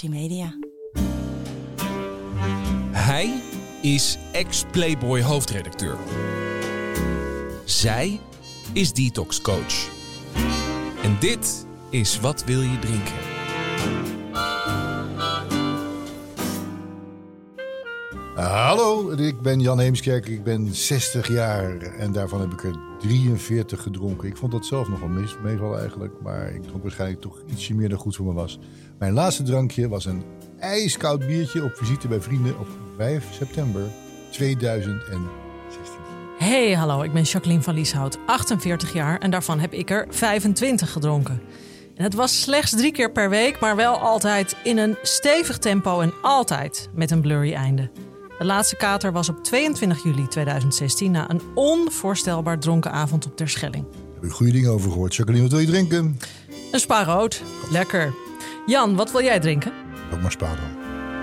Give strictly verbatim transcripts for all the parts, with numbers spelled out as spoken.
Liberty Media. Hij is ex-Playboy hoofdredacteur. Zij is detox coach. En dit is Wat wil je drinken? Hallo, ik ben Jan Heemskerk, ik ben zestig jaar en daarvan heb ik er drieënveertig gedronken. Ik vond dat zelf nogal mis, meevallen eigenlijk, maar ik dronk waarschijnlijk toch ietsje meer dan goed voor me was. Mijn laatste drankje was een ijskoud biertje op visite bij vrienden op vijf september tweeduizend zestien. Hey, hallo, ik ben Jacqueline van Lieshout, achtenveertig jaar en daarvan heb ik er vijfentwintig gedronken. En het was slechts drie keer per week, maar wel altijd in een stevig tempo en altijd met een blurry einde. De laatste kater was op tweeëntwintig juli tweeduizend zestien na een onvoorstelbaar dronken avond op Terschelling. Heb je goede dingen over gehoord? Jacqueline, wat wil je drinken? Een Spa rood. Lekker. Jan, wat wil jij drinken? Ook maar Spa dan.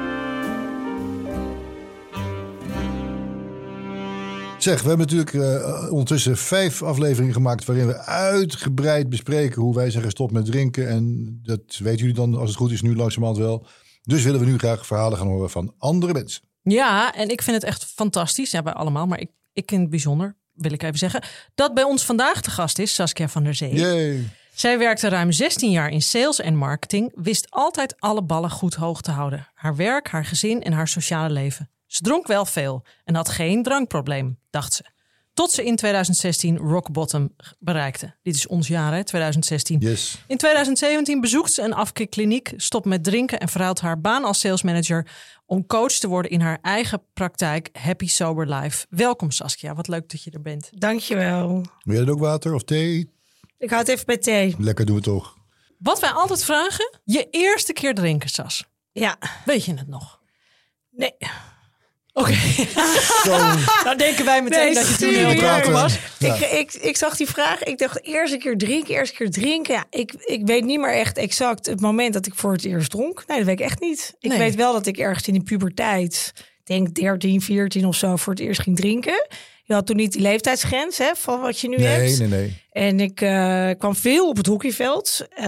Zeg, we hebben natuurlijk uh, ondertussen vijf afleveringen gemaakt waarin we uitgebreid bespreken hoe wij zijn gestopt met drinken. En dat weten jullie dan, als het goed is, nu langzamerhand wel. Dus willen we nu graag verhalen gaan horen van andere mensen. Ja, en ik vind het echt fantastisch. Ja, wij allemaal, maar ik, ik in het bijzonder, wil ik even zeggen, dat bij ons vandaag de gast is Saskia van der Zee. Yay. Zij werkte ruim zestien jaar in sales en marketing, wist altijd alle ballen goed hoog te houden. Haar werk, haar gezin en haar sociale leven. Ze dronk wel veel en had geen drankprobleem, dacht ze. Tot ze in tweeduizend zestien rock bottom bereikte. Dit is ons jaar, hè, tweeduizend zestien. Yes. In tweeduizend zeventien bezoekt ze een afkikkliniek, stopt met drinken en verruilt haar baan als salesmanager om coach te worden in haar eigen praktijk Happy Sober Life. Welkom Saskia, wat leuk dat je er bent. Dankjewel. Wil jij dat ook water of thee? Ik hou het even bij thee. Lekker, doen we toch. Wat wij altijd vragen, je eerste keer drinken, Sas. Ja. Weet je het nog? Nee. Oké. Okay. Nou denken wij meteen nee, dat je toen heel heel jong was. Ja. Ik, ik, ik zag die vraag. Ik dacht, eerste keer drinken, eerste keer drinken. Ja, ik, ik weet niet meer echt exact het moment dat ik voor het eerst dronk. Nee, dat weet ik echt niet. Ik Nee. weet wel dat ik ergens in de puberteit, denk dertien, veertien of zo, voor het eerst ging drinken. Je had toen niet die leeftijdsgrens, hè, van wat je nu Nee, hebt. nee, nee. En ik uh, kwam veel op het hockeyveld. Uh,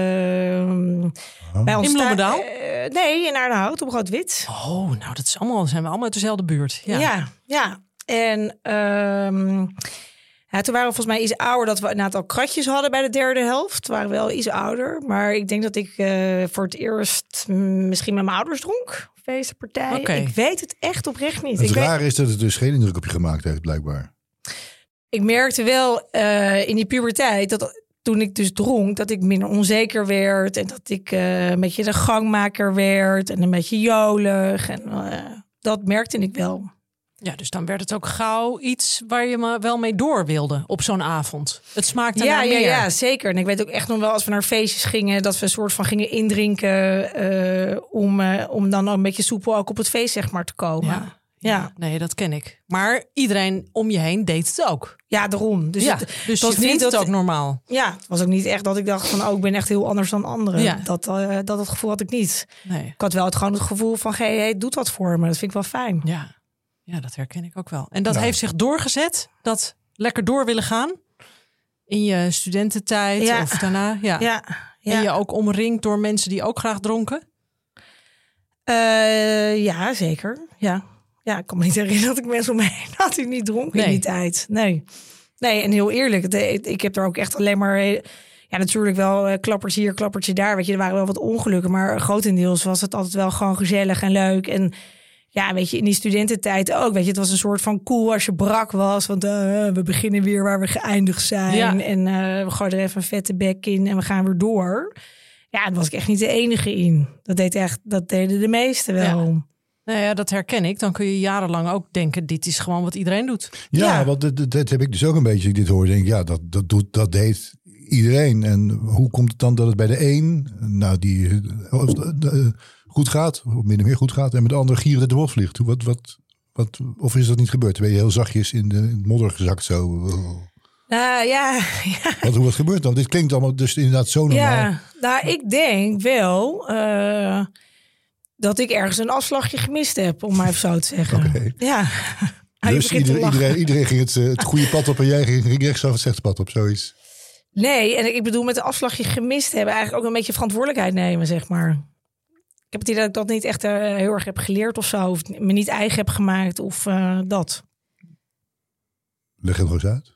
Oh. bij ons In Bloemendaal? thuis- uh, nee, in Aardenhout op Rood-Wit. Oh, nou dat is allemaal, zijn we allemaal uit dezelfde buurt. Ja. Ja, ja. En um, ja, toen waren we volgens mij iets ouder, dat we een aantal kratjes hadden bij de derde helft. We waren wel iets ouder. Maar ik denk dat ik uh, voor het eerst mm, misschien met mijn ouders dronk. Feestenpartij. Oké. Ik weet het echt oprecht niet. Het Ik, weet, rare is dat het dus geen indruk op je gemaakt heeft, blijkbaar. ik merkte wel uh, in die puberteit dat toen ik dus dronk, dat ik minder onzeker werd. En dat ik uh, een beetje de gangmaker werd. En een beetje jolig. En uh, dat merkte ik wel. Ja, dus dan werd het ook gauw iets waar je me wel mee door wilde op zo'n avond. Het smaakte Ja, naar ja, meer. ja, zeker. En ik weet ook echt nog wel als we naar feestjes gingen, dat we een soort van gingen indrinken uh, om, uh, om dan ook een beetje soepel ook op het feest zeg maar te komen. Ja. Ja, Ja, nee, dat ken ik. Maar iedereen om je heen deed het ook. ja daarom. Dus Ja, het, dus was je vindt niet het dat- ook normaal. ja, het was ook niet echt dat ik dacht van, oh, ik ben echt heel anders dan anderen. Ja. Dat, uh, dat het gevoel had ik niet. Nee. Ik had wel het, gewoon het gevoel van, hey, hey, doet wat voor me. Dat vind ik wel fijn. Ja. ja, dat herken ik ook wel. En dat Nou. heeft zich doorgezet, dat lekker door willen gaan in je studententijd Ja. of daarna. Ja. Ja, ja. En je ook omringd door mensen die ook graag dronken. Uh, ja, zeker. Ja. ja, ik kan me niet herinneren dat ik mensen om me heen had die niet dronken Nee. in die tijd. Nee. Nee, en heel eerlijk, het- ik heb er ook echt alleen maar, ja, natuurlijk wel eh, klappertje hier, klappertje daar. Weet je, er waren wel wat ongelukken, maar grotendeels was het altijd wel gewoon gezellig en leuk. En ja, weet je, in die studententijd ook. Weet je, het was een soort van cool als je brak was, want uh, we beginnen weer waar we geëindigd zijn. Ja. En uh, we gooien er even een vette bek in en we gaan weer door. Ja, daar was ik echt niet de enige in. Dat deed echt, dat deden de meesten wel. Ja. Nou ja, dat herken ik. Dan kun je jarenlang ook denken, dit is gewoon wat iedereen doet. Ja, Ja. want dat, dat, dat heb ik dus ook een beetje. Als ik dit hoor, denk ik, ja, dat, dat, doet, dat deed iedereen. En hoe komt het dan dat het bij de een, nou, die uh, uh, goed gaat, of min of meer goed gaat, en met de ander gierend uit de bot vliegt? Hoe- Wat, wat, wat, of is dat niet gebeurd? Ben je heel zachtjes in de, in het modder gezakt zo? Nou ja, ja. Wat, hoe wat gebeurt dan? Dit klinkt allemaal dus inderdaad zo normaal. Ja, nou, ik denk wel uh, dat ik ergens een afslagje gemist heb, om maar even zo te zeggen. Oké. Ja. Hij Dus begint te iedereen, lachen. iedereen, iedereen ging het, uh, het goede pad op en jij ging, ging rechtsaf het slechte pad op, zoiets. Nee, en ik bedoel met een afslagje gemist hebben, eigenlijk ook een beetje verantwoordelijkheid nemen, zeg maar. heb het idee dat ik dat niet echt uh, heel erg heb geleerd of zo. Of me niet eigen heb gemaakt of uh, dat. Leg het nog eens uit.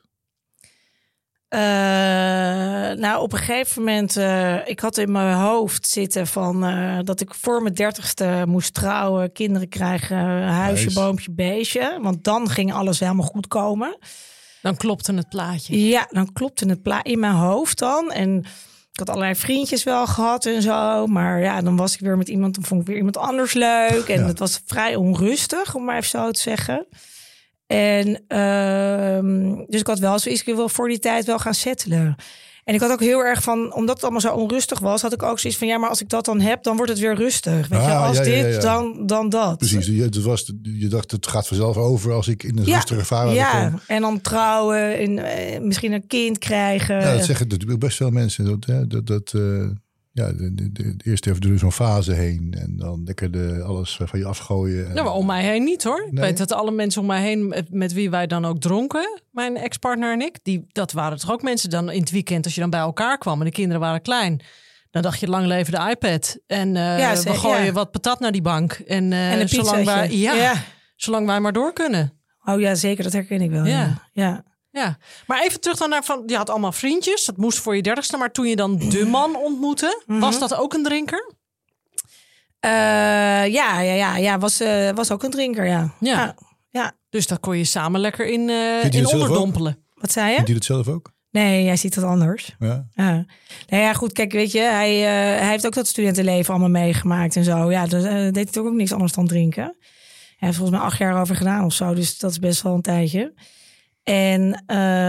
Uh, nou, op een gegeven moment, uh, ik had in mijn hoofd zitten van uh, dat ik voor mijn dertigste moest trouwen, kinderen krijgen, huisje, Huis. boompje, beestje. Want dan ging alles helemaal goed komen. Dan klopte het plaatje. Ja, dan klopte het plaatje in mijn hoofd dan. En ik had allerlei vriendjes wel gehad en zo. Maar ja, dan was ik weer met iemand, dan vond ik weer iemand anders leuk. En Ja. het was vrij onrustig, om maar even zo te zeggen. En uh, dus ik had wel zoiets, ik wil voor die tijd wel gaan settelen. En ik had ook heel erg van, omdat het allemaal zo onrustig was, had ik ook zoiets van, ja, maar als ik dat dan heb, dan wordt het weer rustig. Weet Ah, je, als ja, ja, dit, ja. Dan, dan dat. Precies, je, het was, je dacht het gaat vanzelf over als ik in een Ja, rustige vaarwater ja. kom. En dan trouwen en uh, misschien een kind krijgen. Ja, dat zeggen natuurlijk best veel mensen. Dat, hè, dat, dat, uh, ja, de, de, de, eerst even door zo'n fase heen en dan lekker de, alles van je afgooien. En, Nou, maar om mij heen niet hoor. Ik Nee? weet dat alle mensen om mij heen, met, met wie wij dan ook dronken, mijn ex-partner en ik, die, dat waren toch ook mensen dan in het weekend, als je dan bij elkaar kwam en de kinderen waren klein. Dan dacht je, lang leven de iPad. En uh, Ja, we zeker, gooien ja. wat patat naar die bank. En, uh, En een zolang wij, pizzaatje. ja, Ja. zolang wij maar door kunnen. Oh ja, zeker, dat herken ik wel. Ja. Ja. Ja. Ja, maar even terug dan naar van, je had allemaal vriendjes. Dat moest voor je dertigste. Maar toen je dan de man ontmoette, Mhm. was dat ook een drinker? Uh, ja, ja, ja, ja, was, uh, was ook een drinker, ja. Ja. Ja. Ja. Dus daar kon je samen lekker in, uh, Vindt hij in het zelf onderdompelen. Wat zei je? Vindt hij dat zelf ook? Nee, jij ziet het anders. Ja. Ja. Nou ja, goed, kijk, weet je, hij, uh, hij heeft ook dat studentenleven allemaal meegemaakt en zo. Ja, dus uh, deed hij toch ook niks anders dan drinken. Hij heeft volgens mij acht jaar over gedaan of zo, dus dat is best wel een tijdje. En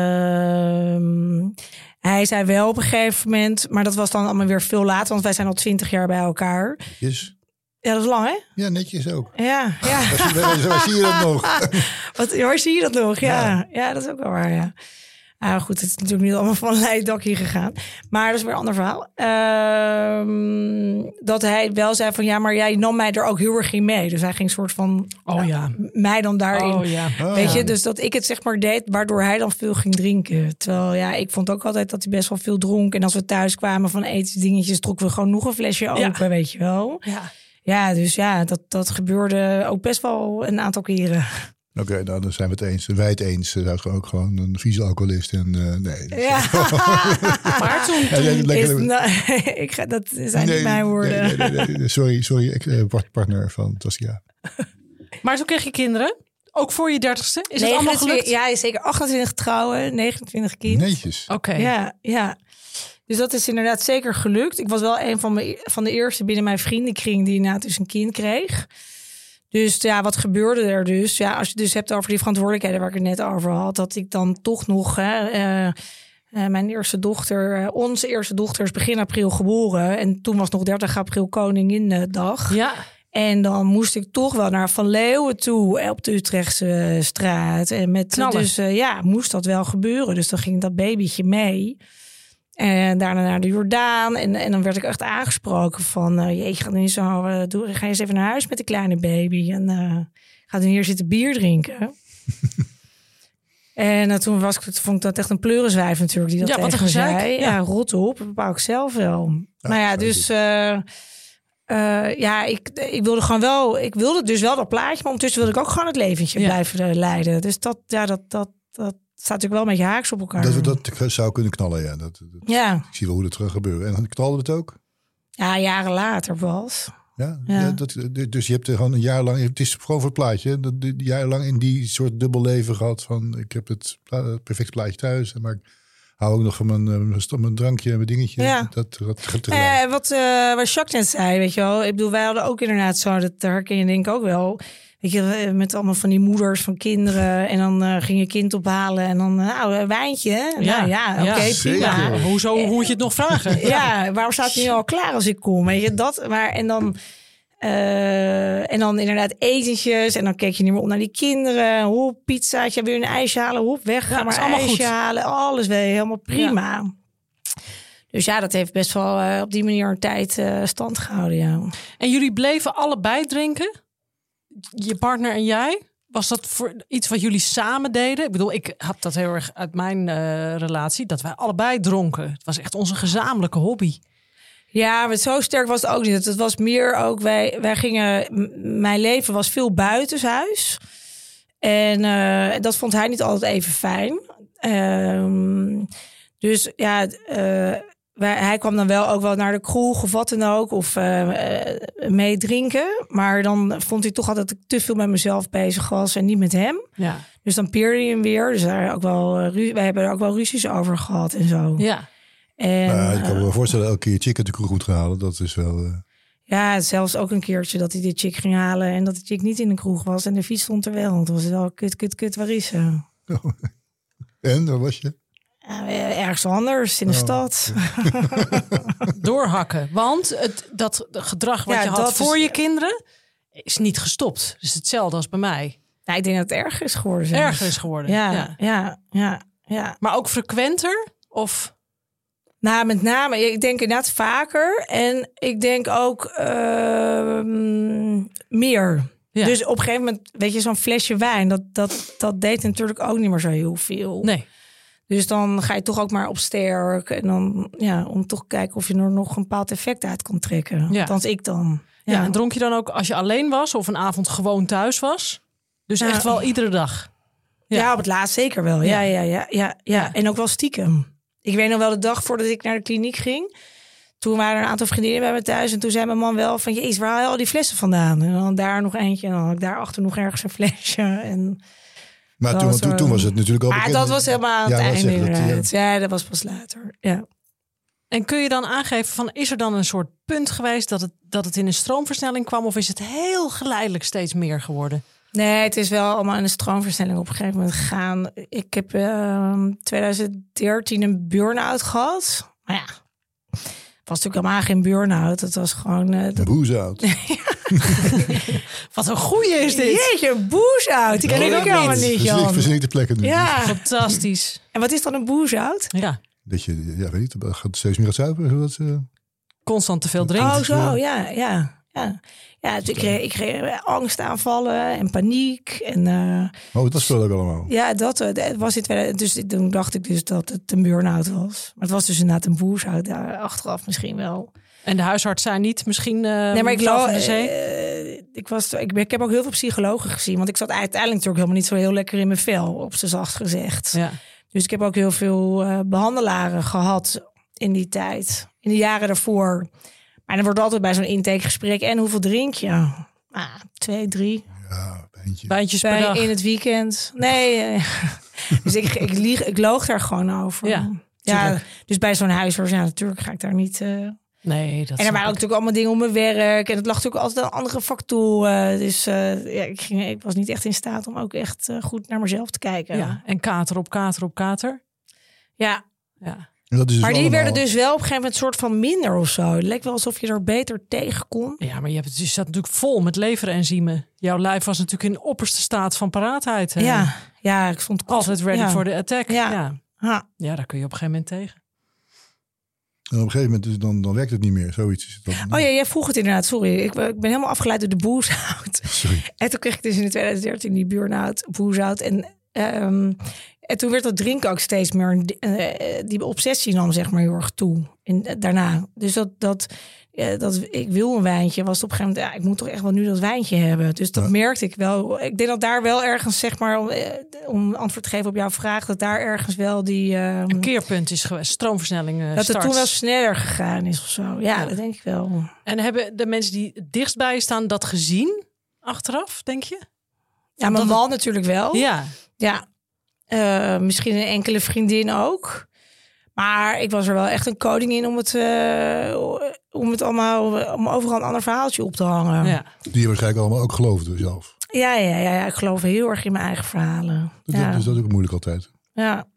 uh, hij zei wel op een gegeven moment, maar dat was dan allemaal weer veel later, want wij zijn al twintig jaar bij elkaar. Yes. Ja, dat is lang, hè? Ja, netjes ook. Ja, ja. Waar zie, waar, waar zie je dat nog? Wat, waar zie je dat nog? Ja, Ja. ja, dat is ook wel waar, ja. Nou goed, het is natuurlijk niet allemaal van een leidakje gegaan. Maar dat is weer een ander verhaal. Uh, dat hij wel zei van, ja, maar jij nam mij er ook heel erg in mee. Dus hij ging soort van, Oh nou, ja. mij dan daarin. Oh ja. Oh, Weet ja. je, dus dat ik het zeg maar deed, waardoor hij dan veel ging drinken. Terwijl, ja, ik vond ook altijd dat hij best wel veel dronk. En als we thuis kwamen van etensdingetjes, trokken we gewoon nog een flesje open, Ja. weet je wel. Ja. Ja, dus ja, dat, dat gebeurde ook best wel een aantal keren. Oké, okay, nou dan zijn we het eens. Wij het eens. Hij is ook gewoon een vieze alcoholist. En uh, nee. Ja. Maar toen, Ja, toen nee, lekker- Is, nou, ik ga, dat zijn Nee, niet mijn woorden. nee, nee, nee, nee. Sorry, sorry. Ik uh, partner van Tassia. maar toen kreeg je kinderen. Ook voor je dertigste. Is het allemaal negenentwintig gelukt? Ja, zeker. achtentwintig trouwen, negenentwintig kind. Netjes. Oké. Ja, ja. Dus dat is inderdaad zeker gelukt. Ik was wel een van, mijn, van de eerste binnen mijn vriendenkring die inderdaad dus een kind kreeg. Dus ja, wat gebeurde er dus? Ja, als je het dus hebt over die verantwoordelijkheden waar ik het net over had, dat ik dan toch nog, hè, uh, uh, mijn eerste dochter, uh, onze eerste dochter is begin april geboren. En toen was nog dertig april Koninginnedag. Ja. En dan moest ik toch wel naar Van Leeuwen toe op de Utrechtse straat. En met, Knallen. dus uh, ja, moest dat wel gebeuren. Dus dan ging dat babytje mee. En daarna naar de Jordaan. En, en dan werd ik echt aangesproken van, uh, jeetje, ga, niet zo, uh, doe, ga je eens even naar huis met de kleine baby. En uh, ga dan hier zitten bier drinken. En uh, toen was ik, vond ik dat echt een pleuriswijf natuurlijk die dat Ja, wat tegen een me gezeik. zei. Ja. Ja, rot op, dat bepaal ik zelf wel. Ja, nou ja, zo is dus uh, uh, ja, ik, ik wilde gewoon wel, ik wilde dus wel dat plaatje, maar ondertussen wilde ik ook gewoon het leventje Ja. blijven uh, leiden. Dus dat, ja, dat, dat, dat staat natuurlijk wel met je haaks op elkaar. Dat we dat zou kunnen knallen, ja. Dat, dat, Ja. Ik zie wel hoe dat terug gebeuren. En dan knalde het ook? Ja, jaren later was. Ja, Ja. ja, dat, dus je hebt er gewoon een jaar lang, het is gewoon voor het plaatje, dat een jaar lang in die soort dubbel leven gehad van ik heb het, pla- het perfecte plaatje thuis, maar ik hou ook nog van mijn, eh, mijn, st- mijn drankje en mijn dingetje. Ja. Dat, dat gaat tegelijk. Eh, wat, uh, wat Jacques net zei, weet je wel. Ik bedoel, wij hadden ook inderdaad zo, dat herken je denk ik ook wel. Weet je, met allemaal van die moeders van kinderen. En dan uh, ging je kind ophalen en dan, nou, een wijntje. Hè? Ja. Nou ja, oké, Ja, zeker. prima. Ja, hoezo, hoe moet je het nog vragen? Ja, waarom staat hij nu al klaar als ik kom? Weet je, dat, maar en dan... Uh, en dan inderdaad etentjes. En dan keek je niet meer om naar die kinderen. Hop, pizzaatje, weer een ijsje halen. Hop, weg, ga Ja, maar is allemaal ijsje goed. halen. Alles weer helemaal prima. Dus ja, dat heeft best wel uh, op die manier een tijd uh, stand gehouden, ja. En jullie bleven allebei drinken? Je partner en jij? Was dat voor iets wat jullie samen deden? Ik bedoel, ik had dat heel erg uit mijn uh, relatie. Dat wij allebei dronken. Het was echt onze gezamenlijke hobby. Ja, maar zo sterk was het ook niet. Het was meer ook, wij, wij gingen... m- Mijn leven was veel buitenshuis. En uh, dat vond hij niet altijd even fijn. Um, dus ja, uh, wij, hij kwam dan wel ook wel naar de kroeg of wat dan ook. Of uh, uh, mee drinken. Maar dan vond hij toch altijd dat ik te veel met mezelf bezig was en niet met hem. Ja. Dus dan peerde hij hem weer. Dus daar ook wel, uh, ru- wij hebben er ook wel ruzies over gehad en zo. Ja. En, Maar ik kan me uh, wel voorstellen, elke keer chick uit de kroeg moet gaan halen. Dat is wel... Uh... Ja, zelfs ook een keertje dat hij de chick ging halen en dat de chick niet in de kroeg was en de fiets stond er wel. Het was wel kut, kut, kut, waar is ze? En, waar was je? Ja, ergens anders in de Oh. stad. Doorhakken. Want het, dat gedrag wat Ja, je had dat voor is- je kinderen is niet gestopt. Dus hetzelfde als bij mij. Nou, ik denk dat het erger is geworden. zelfs. Erger is geworden. Ja, Ja. ja, ja, ja. Maar ook frequenter? Of Nou, met name, ik denk inderdaad vaker. En ik denk ook ehm, meer. Ja. Dus op een gegeven moment, weet je, zo'n flesje wijn, dat, dat, dat deed natuurlijk ook niet meer zo heel veel. nee. Dus dan ga je toch ook maar op sterk. En dan, ja, om toch te kijken of je er nog een bepaald effect uit kan trekken. Ja. Althans, ik dan. Ja. Ja, En dronk je dan ook als je alleen was of een avond gewoon thuis was? Dus Ja. echt wel iedere dag. ja. Ja. op het laatst zeker wel. Ja, ja, ja, ja, ja, Ja. En ook wel stiekem. Ik weet nog wel de dag voordat ik naar de kliniek ging. Toen waren er een aantal vriendinnen bij me thuis. En toen zei mijn man wel van, jezus, waar haal je al die flessen vandaan? En dan daar nog eentje. En dan had ik daarachter nog ergens een flesje. En Maar Dat toen, was, toen, uh, toen was het natuurlijk al maar bekend. dat was helemaal aan Ja, het dat einde zeg ik, dat, inderdaad. Ja. dat was pas later. Ja. En kun je dan aangeven van, is er dan een soort punt geweest dat het, dat het in een stroomversnelling kwam? Of is het heel geleidelijk steeds meer geworden? Nee, het is wel allemaal in een stroomversnelling op een gegeven moment gegaan. Ik heb in twintig dertien een burn-out gehad. Maar ja, het was natuurlijk helemaal geen burn-out. Het was gewoon... Uh, De boeze out. Wat een goeie is dit. Jeetje, boes-out. Die ken ik ook helemaal niet, Jan. Versnikte plekken nu. Ja, Fantastisch. en wat is dan een boes-out? Ja, Dat je, ja, weet niet, gaat steeds meer gaat zuipen. Zodat ze... constant te veel drinkt. Oh, zo, ja, ja. Ja, ja dus ik, kreeg, ik kreeg angstaanvallen en paniek. En uh, Oh, dat speelde ook allemaal. ja, dat, uh, dat was in tweeduizend. Dus toen dacht ik dus dat het een burn-out was. Maar het was dus inderdaad een boes-out. Daar achteraf misschien wel. En de huisarts zei niet misschien uh, Nee, maar ik, mevrouw lo- van de Zee? uh, ik, was, ik, ben, ik heb ook heel veel psychologen gezien. Want ik zat uiteindelijk natuurlijk helemaal niet zo heel lekker in mijn vel, op z'n zacht gezegd. Ja. Dus ik heb ook heel veel uh, behandelaren gehad in die tijd. In de jaren daarvoor. Maar dan wordt altijd bij zo'n intakegesprek. En hoeveel drink je? Ah, twee, drie. Ja, eentje. Bijtjes per Bij, dag. in het weekend. Nee. eh, dus ik, ik, lieg, ik loog daar gewoon over. Ja, ja tuurlijk. dus bij zo'n huisarts, ja, natuurlijk ga ik daar niet... Uh... Nee, dat En er waren ook snap ik. natuurlijk allemaal dingen om mijn werk. En het lag natuurlijk altijd aan andere factoren. Dus uh, ja, ik, ging, ik was niet echt in staat om ook echt uh, goed naar mezelf te kijken. Ja, en kater op kater op kater. ja. Ja. En dat is dus Maar die allemaal- werden dus wel op een gegeven moment soort van minder of zo. Het leek wel alsof je er beter tegen kon. Ja, maar je, hebt, je zat natuurlijk vol met leverenzymen. Jouw lijf was natuurlijk in opperste staat van paraatheid. hè? Ja, ja, ik stond Altijd ready ja. for the attack. Ja. Ja. Ja. Ha. daar kun je op een gegeven moment tegen. En op een gegeven moment dus dan, dan werkt het niet meer. Zoiets is het dan. Oh ja, jij vroeg het inderdaad. Sorry, ik, ben- ik ben helemaal afgeleid door de boes-out. Sorry. En toen kreeg ik dus in twintig dertien die burn-out, boes-out. En, um, en toen werd dat drinken ook steeds meer... Uh, die obsessie nam zeg maar heel erg toe. In, uh, daarna. Dus dat, dat, uh, dat ik wil een wijntje was op een gegeven moment... Ja, ik moet toch echt wel nu dat wijntje hebben. Dus dat Ja. merkte ik wel. Ik denk dat daar wel ergens, zeg maar... Om, uh, om antwoord te geven op jouw vraag... dat daar ergens wel die... Uh, Een keerpunt is geweest. Stroomversnelling uh, dat het starts. toen wel sneller gegaan is of zo. Ja, Ja. dat denk ik wel. En hebben de mensen die het dichtst bij je staan dat gezien? Achteraf, denk je? Ja, mijn Dat man natuurlijk wel. Ja. Ja, uh, misschien een enkele vriendin ook. Maar ik was er wel echt een koningin om het, uh, om het allemaal, om overal een ander verhaaltje op te hangen. ja. Die je waarschijnlijk allemaal ook geloofde zelf. Ja, ja, ja, ja, ik geloof heel erg in mijn eigen verhalen. Dat, Ja. Dus dat is ook moeilijk altijd. Ja.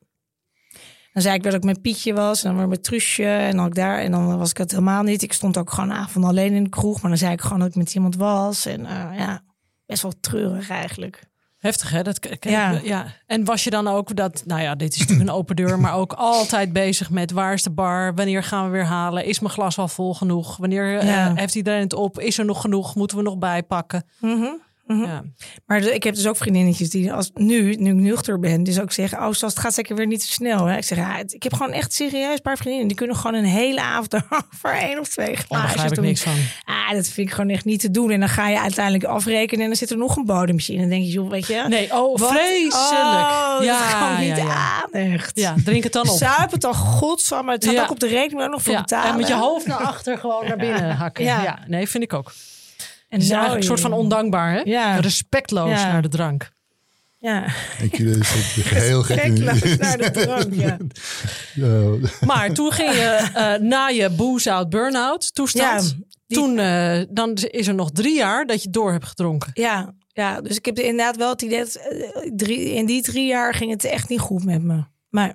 Dan zei ik dat ik met Pietje was en dan weer met Truusje en dan ik daar en dan was ik het helemaal niet. Ik stond ook gewoon avond alleen in de kroeg, maar dan zei ik gewoon dat ik met iemand was en uh, ja, best wel treurig eigenlijk. Heftig, hè? Dat, k- k- Ja. ja. En was je dan ook dat, nou ja, dit is natuurlijk een open deur, maar ook altijd bezig met waar is de bar? Wanneer gaan we weer halen? Is mijn glas al vol genoeg? Wanneer Ja. uh, heeft iedereen het op? Is er nog genoeg? Moeten we nog bijpakken? Mm-hmm. Mm-hmm. Ja. Maar de, ik heb dus ook vriendinnetjes die als nu, nu ik nuchter ben, dus ook zeggen, oh, Sas, het gaat zeker weer niet te snel. Hè? Ik zeg, ja, ik heb gewoon echt serieus een paar vriendinnen. Die kunnen gewoon een hele avond voor één of twee glaasjes Oh, daar begrijp ik doen. niks van. Ah, dat vind ik gewoon echt niet te doen. En dan ga je uiteindelijk afrekenen en dan zit er nog een bodempje in. En dan denk je, joh, weet je. Nee, oh, wat? vreselijk. Oh, dat ja, is gewoon niet ja, ja. aan, echt. Ja, drink het dan op. Zuip het dan, godsamme. Het staat Ja. ook op de rekening ook nog voor Ja, betalen. en met je hoofd naar achter gewoon naar binnen hakken. Ja. Ja. nee, vind ik ook. En Het is nou, eigenlijk een soort van ondankbaar, hè? Ja. Respectloos Ja. naar de drank. Ja, Ik jullie is het heel gek. Gekloos naar de drank, ja. Ja. Maar toen ging je uh, na je booze-out, burn-out toestand. Ja, die- Toen uh, dan is er nog drie jaar dat je door hebt gedronken. Ja, ja, dus ik heb inderdaad wel het idee dat eh, drie, in die drie jaar ging het echt niet goed met me. Maar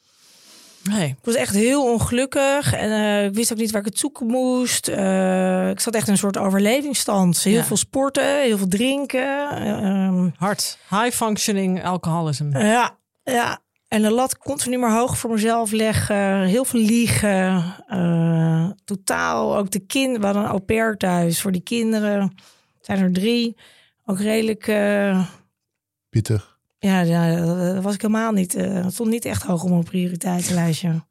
Nee. ik was echt heel ongelukkig en uh, ik wist ook niet waar ik het zoeken moest. Uh, ik zat echt in een soort overlevingsstand. Heel Ja. veel sporten, heel veel drinken. Uh, um, Hard. High functioning alcoholism. ja, ja. En de lat continu maar hoog voor mezelf leggen. Heel veel liegen. Uh, totaal ook de kinderen. We hadden een au pair thuis voor die kinderen. Het zijn er drie. Ook redelijk... Uh, Pittig. Ja, ja, dat was ik helemaal niet. Uh, het stond niet echt hoog op mijn prioriteitenlijstje.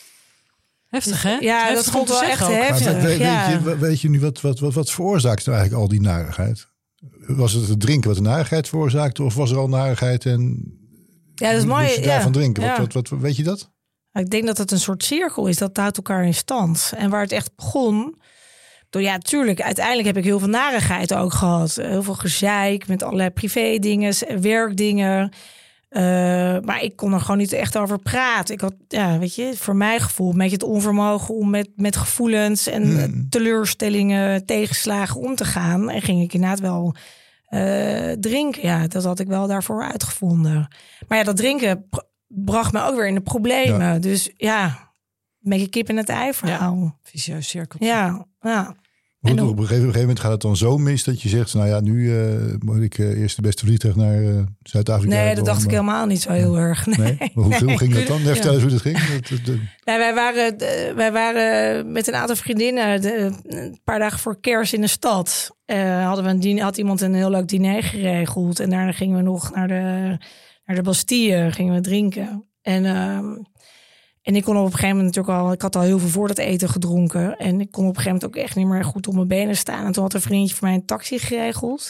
Heftig, hè? Ja, Heftig dat om vond te wel zeggen echt ook. heftig. Maar weet, ja. weet, je, weet je nu wat, wat, wat, wat veroorzaakte nou eigenlijk al die narigheid? Was het het drinken wat de narigheid veroorzaakte? Of was er al narigheid en Ja, dat is mooi. moest je daarvan Ja. drinken? Wat, Ja. wat, wat, weet je dat? Ik denk dat het een soort cirkel is. Dat houdt elkaar in stand. En waar het echt begon... Door, ja, tuurlijk, uiteindelijk heb ik heel veel narigheid ook gehad. Heel veel gezeik met allerlei privé dingen, werkdingen. Uh, maar ik kon er gewoon niet echt over praten. Ik had, ja, weet je, voor mijn gevoel een beetje het onvermogen om met, met gevoelens en Hmm. teleurstellingen, tegenslagen om te gaan. En ging ik inderdaad wel uh, drinken. Ja, dat had ik wel daarvoor uitgevonden. Maar ja, dat drinken br- bracht me ook weer in de problemen. Ja. Dus ja, een beetje kip in het ei verhaal. Vicieus cirkel. Ja, ja. Goed, En op een gegeven, gegeven moment gaat het dan zo mis dat je zegt, nou ja, nu uh, moet ik uh, eerst de beste vliegtuig naar uh, Zuid-Afrika. Nee, dat om, dacht ik uh, helemaal niet zo heel erg. Nee. Nee? Maar hoe, Nee. hoe ging dat dan? Vertel eens Ja. hoe dat ging. Dat, dat, dat- Nee, wij, waren, uh, wij waren met een aantal vriendinnen de, een paar dagen voor kerst in de stad. Uh, hadden we een diner, had iemand een heel leuk diner geregeld. En daarna gingen we nog naar de, naar de Bastille, gingen we drinken. En, uh, en ik kon op een gegeven moment natuurlijk al... Ik had al heel veel voor dat eten gedronken. En ik kon op een gegeven moment ook echt niet meer goed op mijn benen staan. En toen had een vriendje voor mij een taxi geregeld.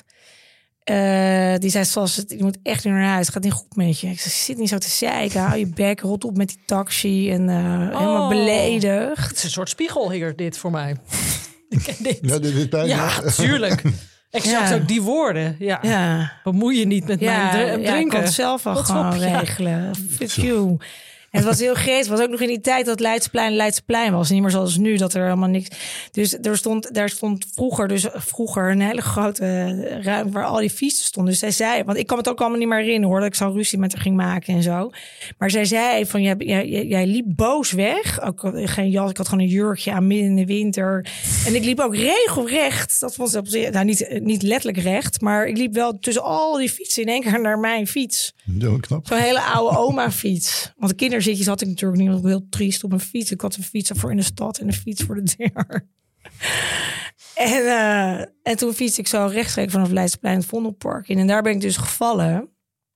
Uh, die zei, Sas, je moet echt niet naar huis. Het gaat niet goed met je. Ik zei, zit niet zo te zeiken. Hou je bek, rot op met die taxi. En uh, oh. helemaal beledigd. Het is een soort spiegel hier, dit voor mij. Ik ken dit. ja, dit is pijn. Ja, tuurlijk. Exact Ja. ook die woorden. Ja. Ja, Bemoei je niet met ja, mijn dr- ja, ik drinken. kon het zelf al Rot gewoon op, ja. regelen. Fuck you. En het was heel geest. Het was ook nog in die tijd dat Leidsplein Leidsplein was. Niet meer zoals nu, dat er helemaal niks... Dus er stond, daar stond vroeger, dus vroeger een hele grote ruimte waar al die fietsen stonden. Dus zij zei, want ik kan het ook allemaal niet meer herinneren hoor, dat ik zo ruzie met haar ging maken en zo. Maar zij zei van, jij, jij, jij liep boos weg. Ook geen jas, ik had gewoon een jurkje aan midden in de winter. En ik liep ook regelrecht. Dat was op zich, nou niet, niet letterlijk recht, maar ik liep wel tussen al die fietsen in één keer naar mijn fiets. Zo knap. Zo'n hele oude oma-fiets. Want de kinderzitjes had ik natuurlijk niet. Want ik was heel triest op een fiets. Ik had een fiets voor in de stad en een fiets voor de deur. En, uh, en toen fietste ik zo rechtstreeks vanaf Leidseplein het Vondelpark in. En daar ben ik dus gevallen.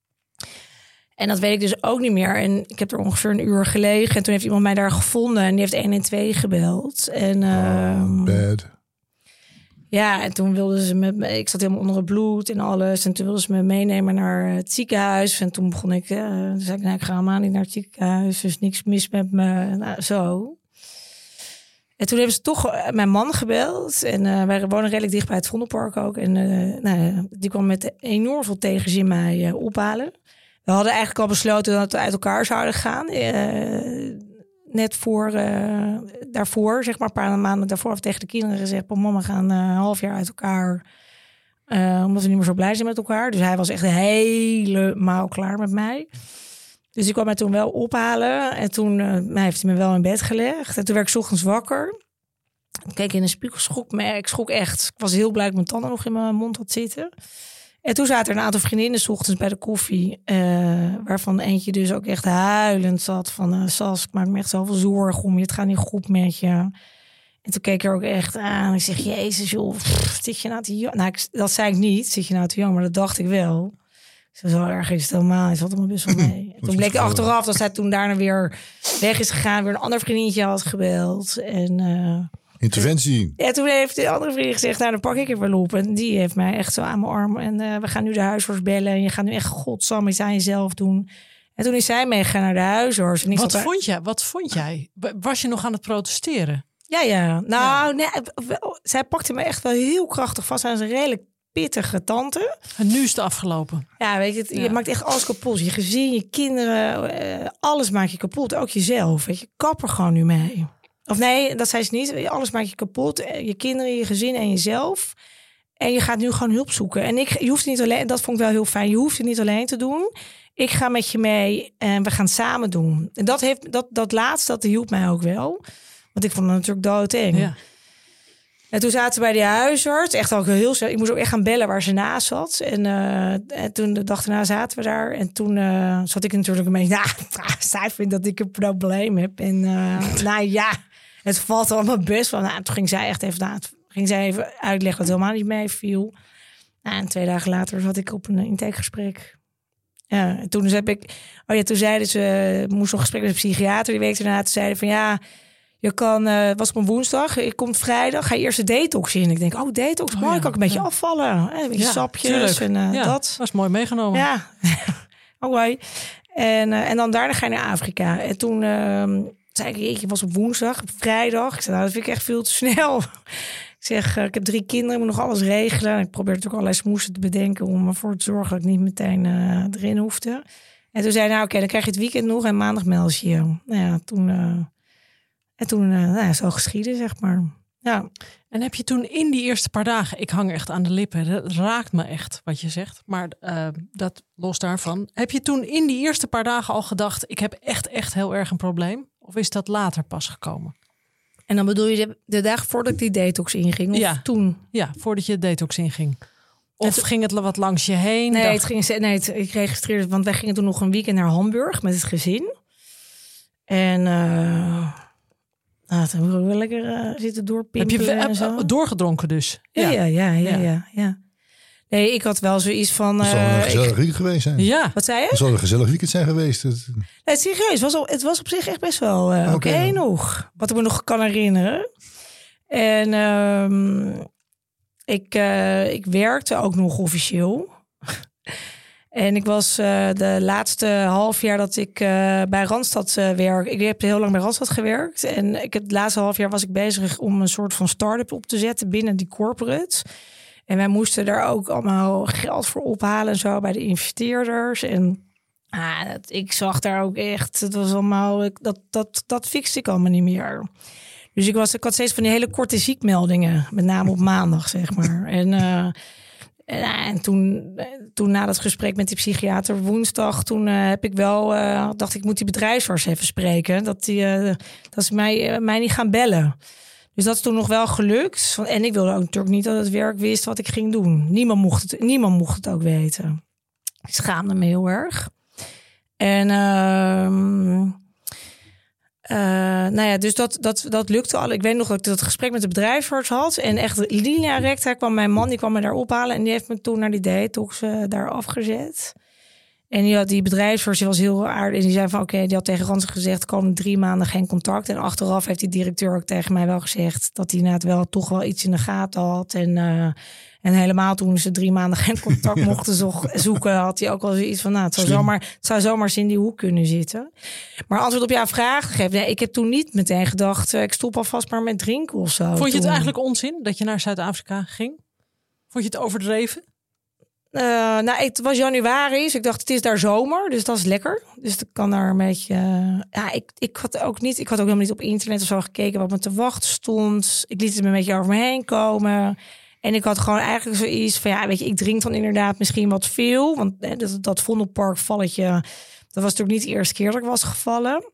En dat weet ik dus ook niet meer. En ik heb er ongeveer een uur gelegen. En toen heeft iemand mij daar gevonden. En die heeft één een twee gebeld. En... Uh, Oh, bad. Ja, en toen wilden ze met me... Ik zat helemaal onder het bloed en alles. En toen wilden ze me meenemen naar het ziekenhuis. En toen begon ik... Uh, toen zei ik, nou, ik ga helemaal niet naar het ziekenhuis. Dus niks mis met me. Nou, zo. En toen hebben ze toch mijn man gebeld. En uh, wij wonen redelijk dicht bij het Vondelpark ook. En uh, nou, die kwam met enorm veel tegenzin mij uh, ophalen. We hadden eigenlijk al besloten dat we uit elkaar zouden gaan. Uh, net voor, uh, daarvoor, zeg maar een paar maanden daarvoor, tegen de kinderen gezegd: mama, we gaan uh, een half jaar uit elkaar. Uh, omdat we niet meer zo blij zijn met elkaar. Dus hij was echt helemaal klaar met mij. Dus ik kwam mij toen wel ophalen. En toen uh, heeft hij me wel in bed gelegd. En toen werd ik 's ochtends wakker. Ik keek in de spiegel, schrok me. Ik schrok echt. Ik was heel blij dat mijn tanden nog in mijn mond had zitten. En toen zaten er een aantal vriendinnen 's ochtends bij de koffie. Uh, waarvan eentje dus ook echt huilend zat. Van uh, Sas, ik maak me echt zoveel zorgen om je. Het gaat niet goed met je. En toen keek ik er ook echt aan. Ik zeg, jezus joh, pff, zit je nou te jong? Nou, ik, dat zei ik niet, zit je nou te jong, maar dat dacht ik wel. Zo, zo erg is het helemaal, het zat allemaal best wel mee. En toen bleek achteraf dat zij toen daarna weer weg is gegaan, weer een ander vriendinnetje had gebeld. En... Uh, Interventie. Ja, toen heeft de andere vriendin gezegd, nou dan pak ik er wel op. En die heeft mij echt zo aan mijn arm. En uh, we gaan nu de huisarts bellen. En je gaat nu echt godsamme iets aan jezelf doen. En toen is zij meegegaan naar de huisarts. En ik Wat zat vond jij? Wat vond jij? Was je nog aan het protesteren? Ja, ja. Nou, Ja. nee, wel, zij pakte me echt wel heel krachtig vast. Zij is een redelijk pittige tante. En nu is het afgelopen. Ja, weet je, het, Ja. je maakt echt alles kapot. Je gezin, je kinderen, uh, alles maak je kapot. Ook jezelf, weet je. Kap er gewoon nu mee. Of nee, dat zei ze niet. Alles maak je kapot. Je kinderen, je gezin en jezelf. En je gaat nu gewoon hulp zoeken. En ik, je hoeft het niet alleen, dat vond ik wel heel fijn. Je hoeft het niet alleen te doen. Ik ga met je mee en we gaan samen doen. En dat, heeft, dat, dat laatste, dat hielp mij ook wel. Want ik vond het natuurlijk doodeng. Ja. En toen zaten we bij die huisarts. Echt ook heel snel. Ik moest ook echt gaan bellen waar ze naast zat. En, uh, en toen de dag daarna zaten we daar. En toen uh, zat ik natuurlijk een beetje... Nou, zij vindt dat ik een probleem heb. En uh, nou ja, het valt allemaal best wel. Nou, toen ging zij echt even... Nou, ging zij even uitleggen dat het helemaal niet meeviel. Nou, en twee dagen later zat ik op een intakegesprek. Ja, en toen heb ik... Oh ja, toen zeiden ze... moest nog een gesprek met een psychiater. Die week daarna toen zeiden van ja... Je kan, uh, was op een woensdag, ik kom vrijdag, ga je eerst de detox in. Ik denk, oh, detox, Oh, mooi, ja. kan ik een beetje Ja. afvallen. Hè, een beetje Ja, sapjes tuurlijk. en uh, Ja, dat. was mooi meegenomen. Ja, oké. En, uh, en dan daarna ga je naar Afrika. En toen uh, zei ik, jeetje, was op woensdag, op vrijdag. Ik zei, nou, dat vind ik echt veel te snel. Ik zeg, uh, ik heb drie kinderen, ik moet nog alles regelen. Ik probeer natuurlijk allerlei smoesen te bedenken om ervoor te zorgen dat ik niet meteen uh, erin hoefde. En toen zei hij, nou oké, okay, dan krijg je het weekend nog en maandag meld je je. Nou ja, toen... Uh, En toen uh, nou ja, zo geschieden, zeg maar. Ja. En heb je toen in die eerste paar dagen... Ik hang echt aan de lippen. Dat raakt me echt, wat je zegt. Maar uh, dat los daarvan. Heb je toen in die eerste paar dagen al gedacht... ik heb echt, echt heel erg een probleem? Of is dat later pas gekomen? En dan bedoel je de, de dag voordat ik die detox inging? Of Ja. toen? Ja, voordat je de detox inging. Of Het- ging het wat langs je heen? Nee, Dacht- het ging, nee het, ik registreerde... Want wij gingen toen nog een weekend naar Hamburg met het gezin. En... Uh, nou, toen hebben we wel lekker uh, zitten Heb doorpimpelen je en uh, zo. doorgedronken dus? Ja, ja, ja, ja, Ja. ja, ja. Nee, ik had wel zoiets van... Het zal wel een Uh, gezellig ik, weekend geweest zijn. Ja. wat zei je? Het zal een gezellig weekend zijn geweest. Het- Nee, serieus, het was, al, het was op zich echt best wel uh, oké Oké. nog. Wat ik me nog kan herinneren. En um, ik, uh, ik werkte ook nog officieel. En ik was uh, de laatste half jaar dat ik uh, bij Randstad uh, werk. Ik heb heel lang bij Randstad gewerkt. En ik heb het laatste half jaar was ik bezig om een soort van start-up op te zetten binnen die corporate. En wij moesten daar ook allemaal geld voor ophalen en zo bij de investeerders. En ah, dat, ik zag daar ook echt, het was allemaal, ik- dat, dat, dat fixte ik allemaal niet meer. Dus ik, was, ik had steeds van die hele korte ziekmeldingen, met name op maandag, zeg maar. En, uh, en, en toen, toen na dat gesprek met die psychiater woensdag, toen uh, heb ik wel, uh, dacht ik moet die bedrijfsarts even spreken. Dat, die, uh, dat ze mij, uh, mij niet gaan bellen. Dus dat is toen nog wel gelukt. En ik wilde ook natuurlijk niet dat het werk wist wat ik ging doen. Niemand mocht het, niemand mocht het ook weten. Ik schaamde me heel erg. En uh, uh, nou ja, dus dat, dat, dat lukte al. Ik weet nog dat ik dat gesprek met de bedrijfsarts had. En echt linea recta kwam mijn man, die kwam me daar ophalen. En die heeft me toen naar die detox uh, daar afgezet. En die, had, die bedrijfsarts die was heel aardig. En die zei van oké, okay, die had tegen Randstad gezegd... komende drie maanden geen contact. En achteraf heeft die directeur ook tegen mij wel gezegd... dat hij inderdaad wel toch wel iets in de gaten had. En, uh, en helemaal toen ze drie maanden geen contact mochten zo- zoeken... had hij ook wel zoiets van... nou, het zou Slim. zomaar, het zou zomaar eens in die hoek kunnen zitten. Maar antwoord op jouw vraag gegeven... Nee, ik heb toen niet meteen gedacht... uh, ik stop alvast maar met drinken of zo. Vond je het toen. eigenlijk onzin dat je naar Zuid-Afrika ging? Vond je het overdreven? Uh, nou, het was januari, dus ik dacht het is daar zomer, dus dat is lekker. Dus ik kan daar een beetje. Uh, ja, ik, ik had ook niet, ik had ook helemaal niet op internet of zo gekeken wat me te wachten stond. Ik liet het een beetje over me heen komen. En ik had gewoon eigenlijk zoiets van ja, weet je, ik drink dan inderdaad misschien wat veel, want hè, dat, dat Vondelpark valletje, dat was natuurlijk niet de eerste keer dat ik was gevallen.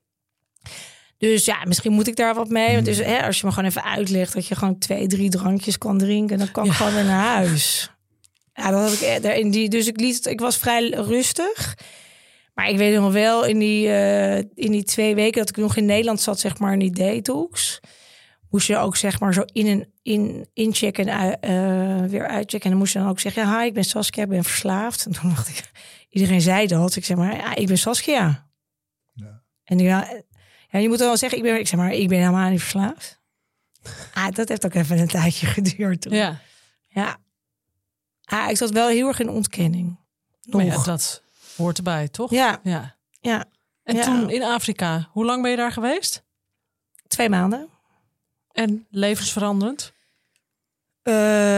Dus ja, misschien moet ik daar wat mee. Want dus hè, als je me gewoon even uitlegt dat je gewoon twee, drie drankjes kan drinken, dan kan ik Ja. gewoon weer naar huis. Ja, dat had ik er in die. Dus ik liet het, ik was vrij rustig. Maar ik weet nog wel in die, uh, in die twee weken dat ik nog in Nederland zat, zeg maar, in die detox. moest je ook zeg maar zo in en in inchecken en uh, weer uitchecken. En dan moest je dan ook zeggen, ja, hi, ik ben Saskia, ik ben verslaafd. En toen dacht ik, iedereen zei dat. Ik zeg maar, ja, ik ben Saskia. Ja. En ja, ja, je moet dan wel zeggen, ik ben, ik zeg maar, ik ben helemaal niet verslaafd. Ah, dat heeft ook even een tijdje geduurd toen. Ja. Ja. Ah, ik zat wel heel erg in ontkenning. Maar ja, dat hoort erbij, toch? Ja. Ja. Ja. En ja. toen in Afrika, hoe lang ben je daar geweest? Twee maanden. En levensveranderend? Uh,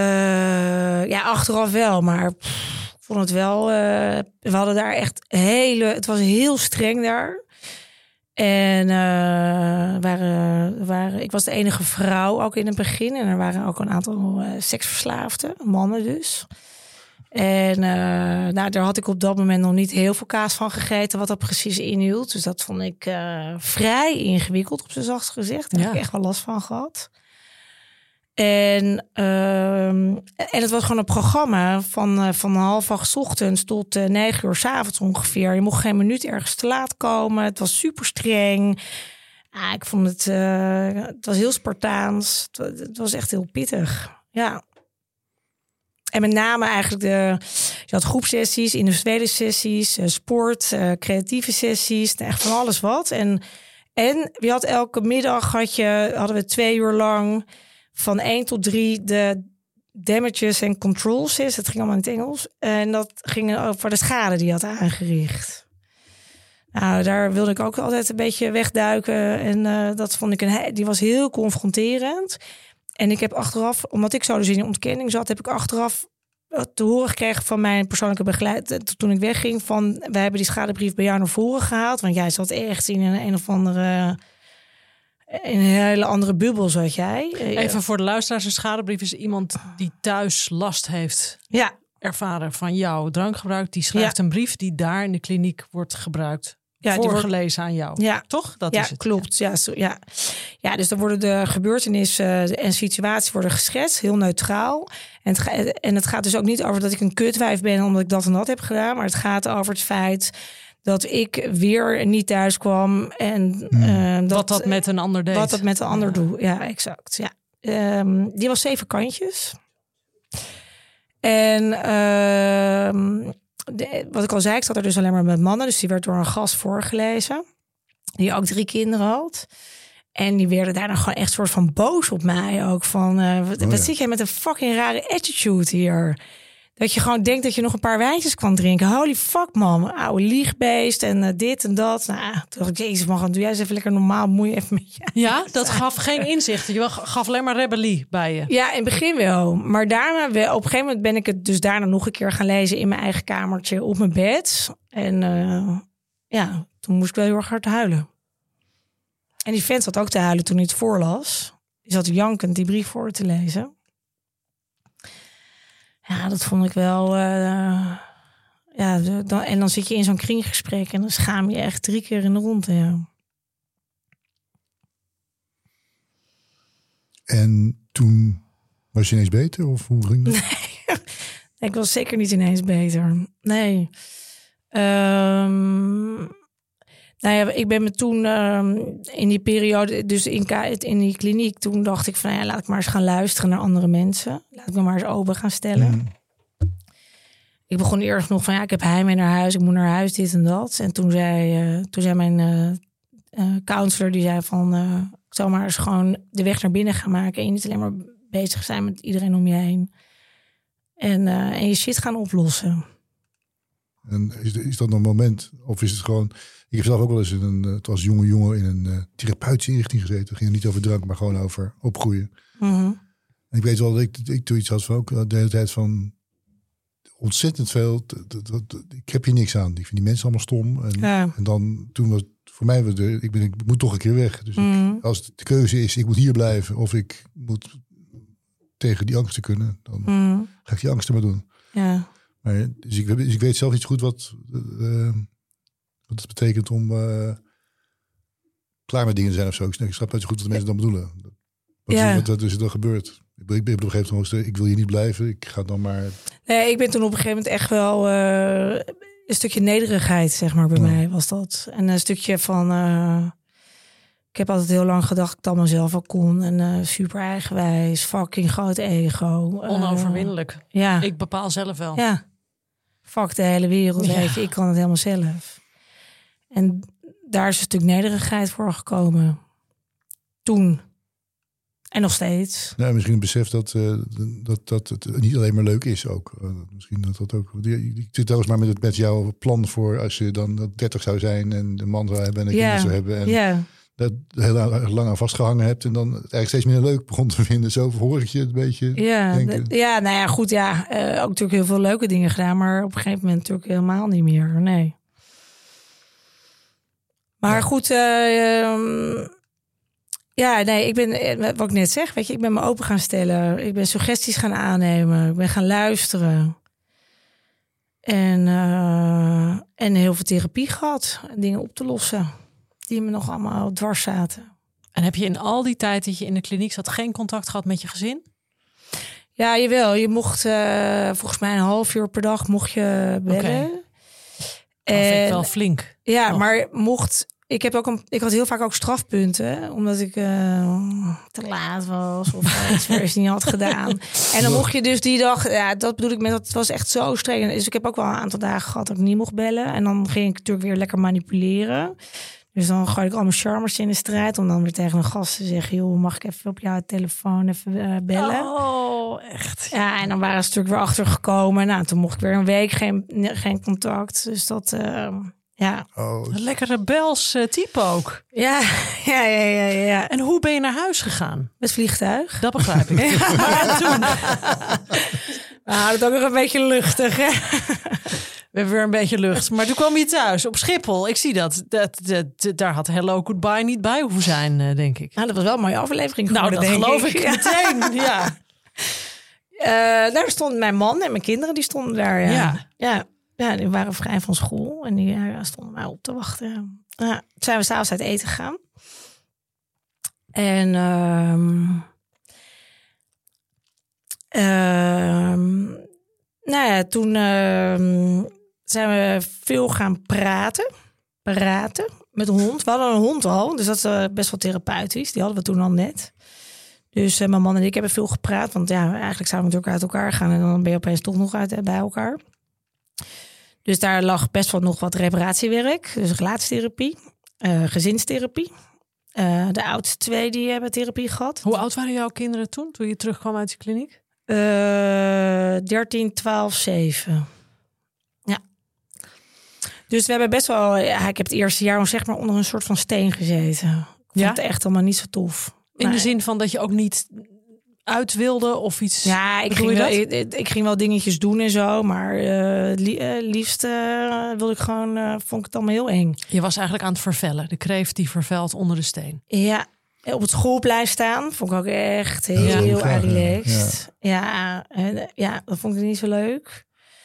ja, achteraf wel, maar pff, ik vond het wel... Uh, we hadden daar echt hele... Het was heel streng daar. En uh, waren, waren, ik was de enige vrouw ook in het begin. En er waren ook een aantal uh, seksverslaafden, mannen dus. En uh, nou, daar had ik op dat moment nog niet heel veel kaas van gegeten, wat dat precies inhield. Dus dat vond ik uh, vrij ingewikkeld, op zijn zachtst gezegd. Daar ja. heb ik echt wel last van gehad. En, uh, en het was gewoon een programma van, uh, van half acht 's ochtends tot uh, negen uur 's avonds ongeveer. Je mocht geen minuut ergens te laat komen. Het was super streng. Ah, ik vond het, uh, het was heel Spartaans. Het, het was echt heel pittig. Ja. En met name eigenlijk de, je had groepsessies, individuele sessies, uh, sport, uh, creatieve sessies, echt van alles wat. En, en je had elke middag had je, hadden we twee uur lang van één tot drie de damages en controls. Het ging allemaal in het Engels. En dat ging over de schade die je had aangericht. Nou, daar wilde ik ook altijd een beetje wegduiken. En uh, dat vond ik een, die was heel confronterend. En ik heb achteraf, omdat ik zo dus in de ontkenning zat, heb ik achteraf te horen gekregen van mijn persoonlijke begeleider toen ik wegging van, wij hebben die schadebrief bij jou naar voren gehaald, want jij zat echt in een, een of andere, in een hele andere bubbel, zat jij. Even voor de luisteraars, een schadebrief is iemand die thuis last heeft ja. ervaren van jouw drankgebruik. Die schrijft ja. een brief die daar in de kliniek wordt gebruikt. Ja, voorgelezen wordt... aan jou. Ja. Toch? Dat ja, is het. Klopt. Ja, zo, ja. ja, dus dan worden de gebeurtenissen en situaties worden geschetst, heel neutraal. En het, ga, en het gaat dus ook niet over dat ik een kutwijf ben omdat ik dat en dat heb gedaan. Maar het gaat over het feit dat ik weer niet thuis kwam. En hmm. uh, dat, wat dat met een ander deed. Wat dat met een ander ja. doet. Ja, exact. Ja. Um, die was zeven kantjes. En uh, de, wat ik al zei, ik zat er dus alleen maar met mannen. Dus die werd door een gast voorgelezen. Die ook drie kinderen had. En die werden daarna gewoon echt soort van boos op mij ook. Van, uh, wat, oh, wat ja. zit jij met een fucking rare attitude hier? Dat je gewoon denkt dat je nog een paar wijntjes kan drinken. Holy fuck, man. Oude liegbeest en uh, dit en dat. Nou, toen dacht ik, jezus man, doe jij eens even lekker normaal. Moet je even met je... Ja, dat gaf geen inzicht. Je gaf alleen maar rebellie bij je. Ja, in het begin wel. Maar daarna, wel, op een gegeven moment ben ik het dus daarna nog een keer gaan lezen in mijn eigen kamertje op mijn bed. En uh, ja, toen moest ik wel heel erg hard huilen. En die vent zat ook te huilen toen hij het voorlas. Die zat jankend die brief voor te lezen. Ja, dat vond ik wel... Uh, ja, dan, en dan zit je in zo'n kringgesprek en dan schaam je echt drie keer in de ronde. Ja. En toen was je ineens beter? Of hoe ging dat? Nee, ik was zeker niet ineens beter. Nee. Um, Nou ja, ik ben me toen um, in die periode, dus in, in die kliniek, toen dacht ik van ja, laat ik maar eens gaan luisteren naar andere mensen. Laat ik me maar eens open gaan stellen. Mm. Ik begon eerst nog van ja, ik heb heimwee naar huis, ik moet naar huis, dit en dat. En toen zei, uh, toen zei mijn uh, uh, counselor, die zei van uh, ik zal maar eens gewoon de weg naar binnen gaan maken. En je niet alleen maar bezig zijn met iedereen om je heen. En, uh, en je shit gaan oplossen. En is, is dat een moment, of is het gewoon... Ik heb zelf ook wel eens in een, het was jonge jongen in een uh, therapeutische inrichting gezeten. Het ging niet over drank, maar gewoon over opgroeien. Mm-hmm. En ik weet wel dat ik, ik toen iets had van ook de hele tijd van ontzettend veel. Dat, dat, dat, ik heb hier niks aan. Ik vind die mensen allemaal stom. En, ja. en dan toen was voor mij was de, ik ben ik moet toch een keer weg. Dus mm-hmm. ik, als de keuze is, ik moet hier blijven of ik moet tegen die angsten kunnen, dan mm-hmm. ga ik die angsten maar doen. Ja. Maar dus ik, dus ik weet zelf niet goed wat. Uh, Wat het betekent om uh, klaar met dingen te zijn of zo. Ik snap niet goed wat de mensen dan bedoelen. Wat, ja. wat, wat is er dan gebeurd? Ik ben, ik ben op een gegeven moment, ik wil hier niet blijven. Ik ga dan maar... Nee, ik ben toen op een gegeven moment echt wel uh, een stukje nederigheid, zeg maar, bij ja. mij was dat. En een stukje van... Uh, ik heb altijd heel lang gedacht dat ik het allemaal zelf al kon. En uh, super eigenwijs, fucking groot ego. Uh, Onoverwinnelijk. Ja. Ik bepaal zelf wel. Ja. Fuck de hele wereld, Ja. weet je. Ik kan het helemaal zelf. En daar is een stuk nederigheid voor gekomen. Toen. En nog steeds. Nou, misschien een besef dat, uh, dat, dat het niet alleen maar leuk is ook. Uh, misschien dat dat ook... Ik zit trouwens maar met, het, met jouw plan voor als je dan dertig zou zijn en de man zou hebben en een Ja. kind zou hebben. En Ja. dat heel lang aan vastgehangen hebt en dan het eigenlijk steeds minder leuk begon te vinden. Zo hoor ik je een beetje Ja, denken. d- ja, nou ja, goed, ja. Uh, ook natuurlijk heel veel leuke dingen gedaan, maar op een gegeven moment natuurlijk helemaal niet meer. Nee. Maar Ja. goed, uh, um, ja, nee, ik ben, wat ik net zeg, weet je, ik ben me open gaan stellen. Ik ben suggesties gaan aannemen. Ik ben gaan luisteren. En, uh, en heel veel therapie gehad. Dingen op te lossen die me nog allemaal dwars zaten. En heb je in al die tijd dat je in de kliniek zat geen contact gehad met je gezin? Ja, jawel. Je mocht uh, volgens mij een half uur per dag mocht je bellen. Okay. Dat vind ik wel flink. Ja, nog. maar mocht... Ik, heb ook een, ik had heel vaak ook strafpunten, omdat ik uh, te laat was of iets vers niet had gedaan. En dan mocht je dus die dag, ja, dat bedoel ik met dat het was echt zo streng. Dus ik heb ook wel een aantal dagen gehad dat ik niet mocht bellen. En dan ging ik natuurlijk weer lekker manipuleren. Dus dan gooi ik al mijn charmers in de strijd om dan weer tegen een gast te zeggen: joh, mag ik even op jouw telefoon even uh, bellen? Oh, echt. Ja, en dan waren ze natuurlijk weer achtergekomen. Nou, toen mocht ik weer een week geen, geen contact. Dus dat, uh, ja. Oh, Een lekker rebels uh, type ook. Ja, ja, ja, ja, ja. En hoe ben je naar huis gegaan? Met vliegtuig. Dat begrijp ik. Ja. Maar toen... We houden het ook nog een beetje luchtig, hè? We hebben weer een beetje lucht. Maar toen kwam je thuis op Schiphol. Ik zie dat. dat, dat, dat daar had Hello Goodbye niet bij hoeven zijn, uh, denk ik. Nou, dat was wel een mooie aflevering. Nou, dat denk geloof ik, ik ja. meteen. Ja. Uh, daar stonden mijn man en mijn kinderen, die stonden daar. Ja, Ja. ja. ja die waren vrij van school en die ja, stonden mij op te wachten. Ja, toen zijn we s'avonds uit eten gegaan. En um, um, nou ja, toen um, zijn we veel gaan praten. Praten met een hond. We hadden een hond al, dus dat is uh, best wel therapeutisch. Die hadden we toen al net. Dus uh, mijn man en ik hebben veel gepraat. Want ja, eigenlijk zouden we natuurlijk uit elkaar gaan. En dan ben je opeens toch nog uit, bij elkaar. Dus daar lag best wel nog wat reparatiewerk. Dus relatietherapie, uh, gezinstherapie. Uh, de oudste twee die hebben therapie gehad. Hoe oud waren jouw kinderen toen, toen je terugkwam uit de kliniek? Uh, dertien, twaalf, zeven. Ja. Dus we hebben best wel... Ja, ik heb het eerste jaar zeg maar onder een soort van steen gezeten. Ik vond Ja? het echt allemaal niet zo tof. In Maar- de zin van dat je ook niet uit wilde of iets... Ja, ik Bedoel ging, je wel, dat? ik, ik ging wel dingetjes doen en zo. Maar uh, li, uh, liefst uh, wilde ik gewoon... Uh, vond ik het allemaal heel eng. Je was eigenlijk aan het vervellen. De kreeft die vervuilt onder de steen. Ja, op het schoolplein staan vond ik ook echt heel, Ja. heel Graag, relaxed. Ja, ja, en, ja, dat vond ik niet zo leuk.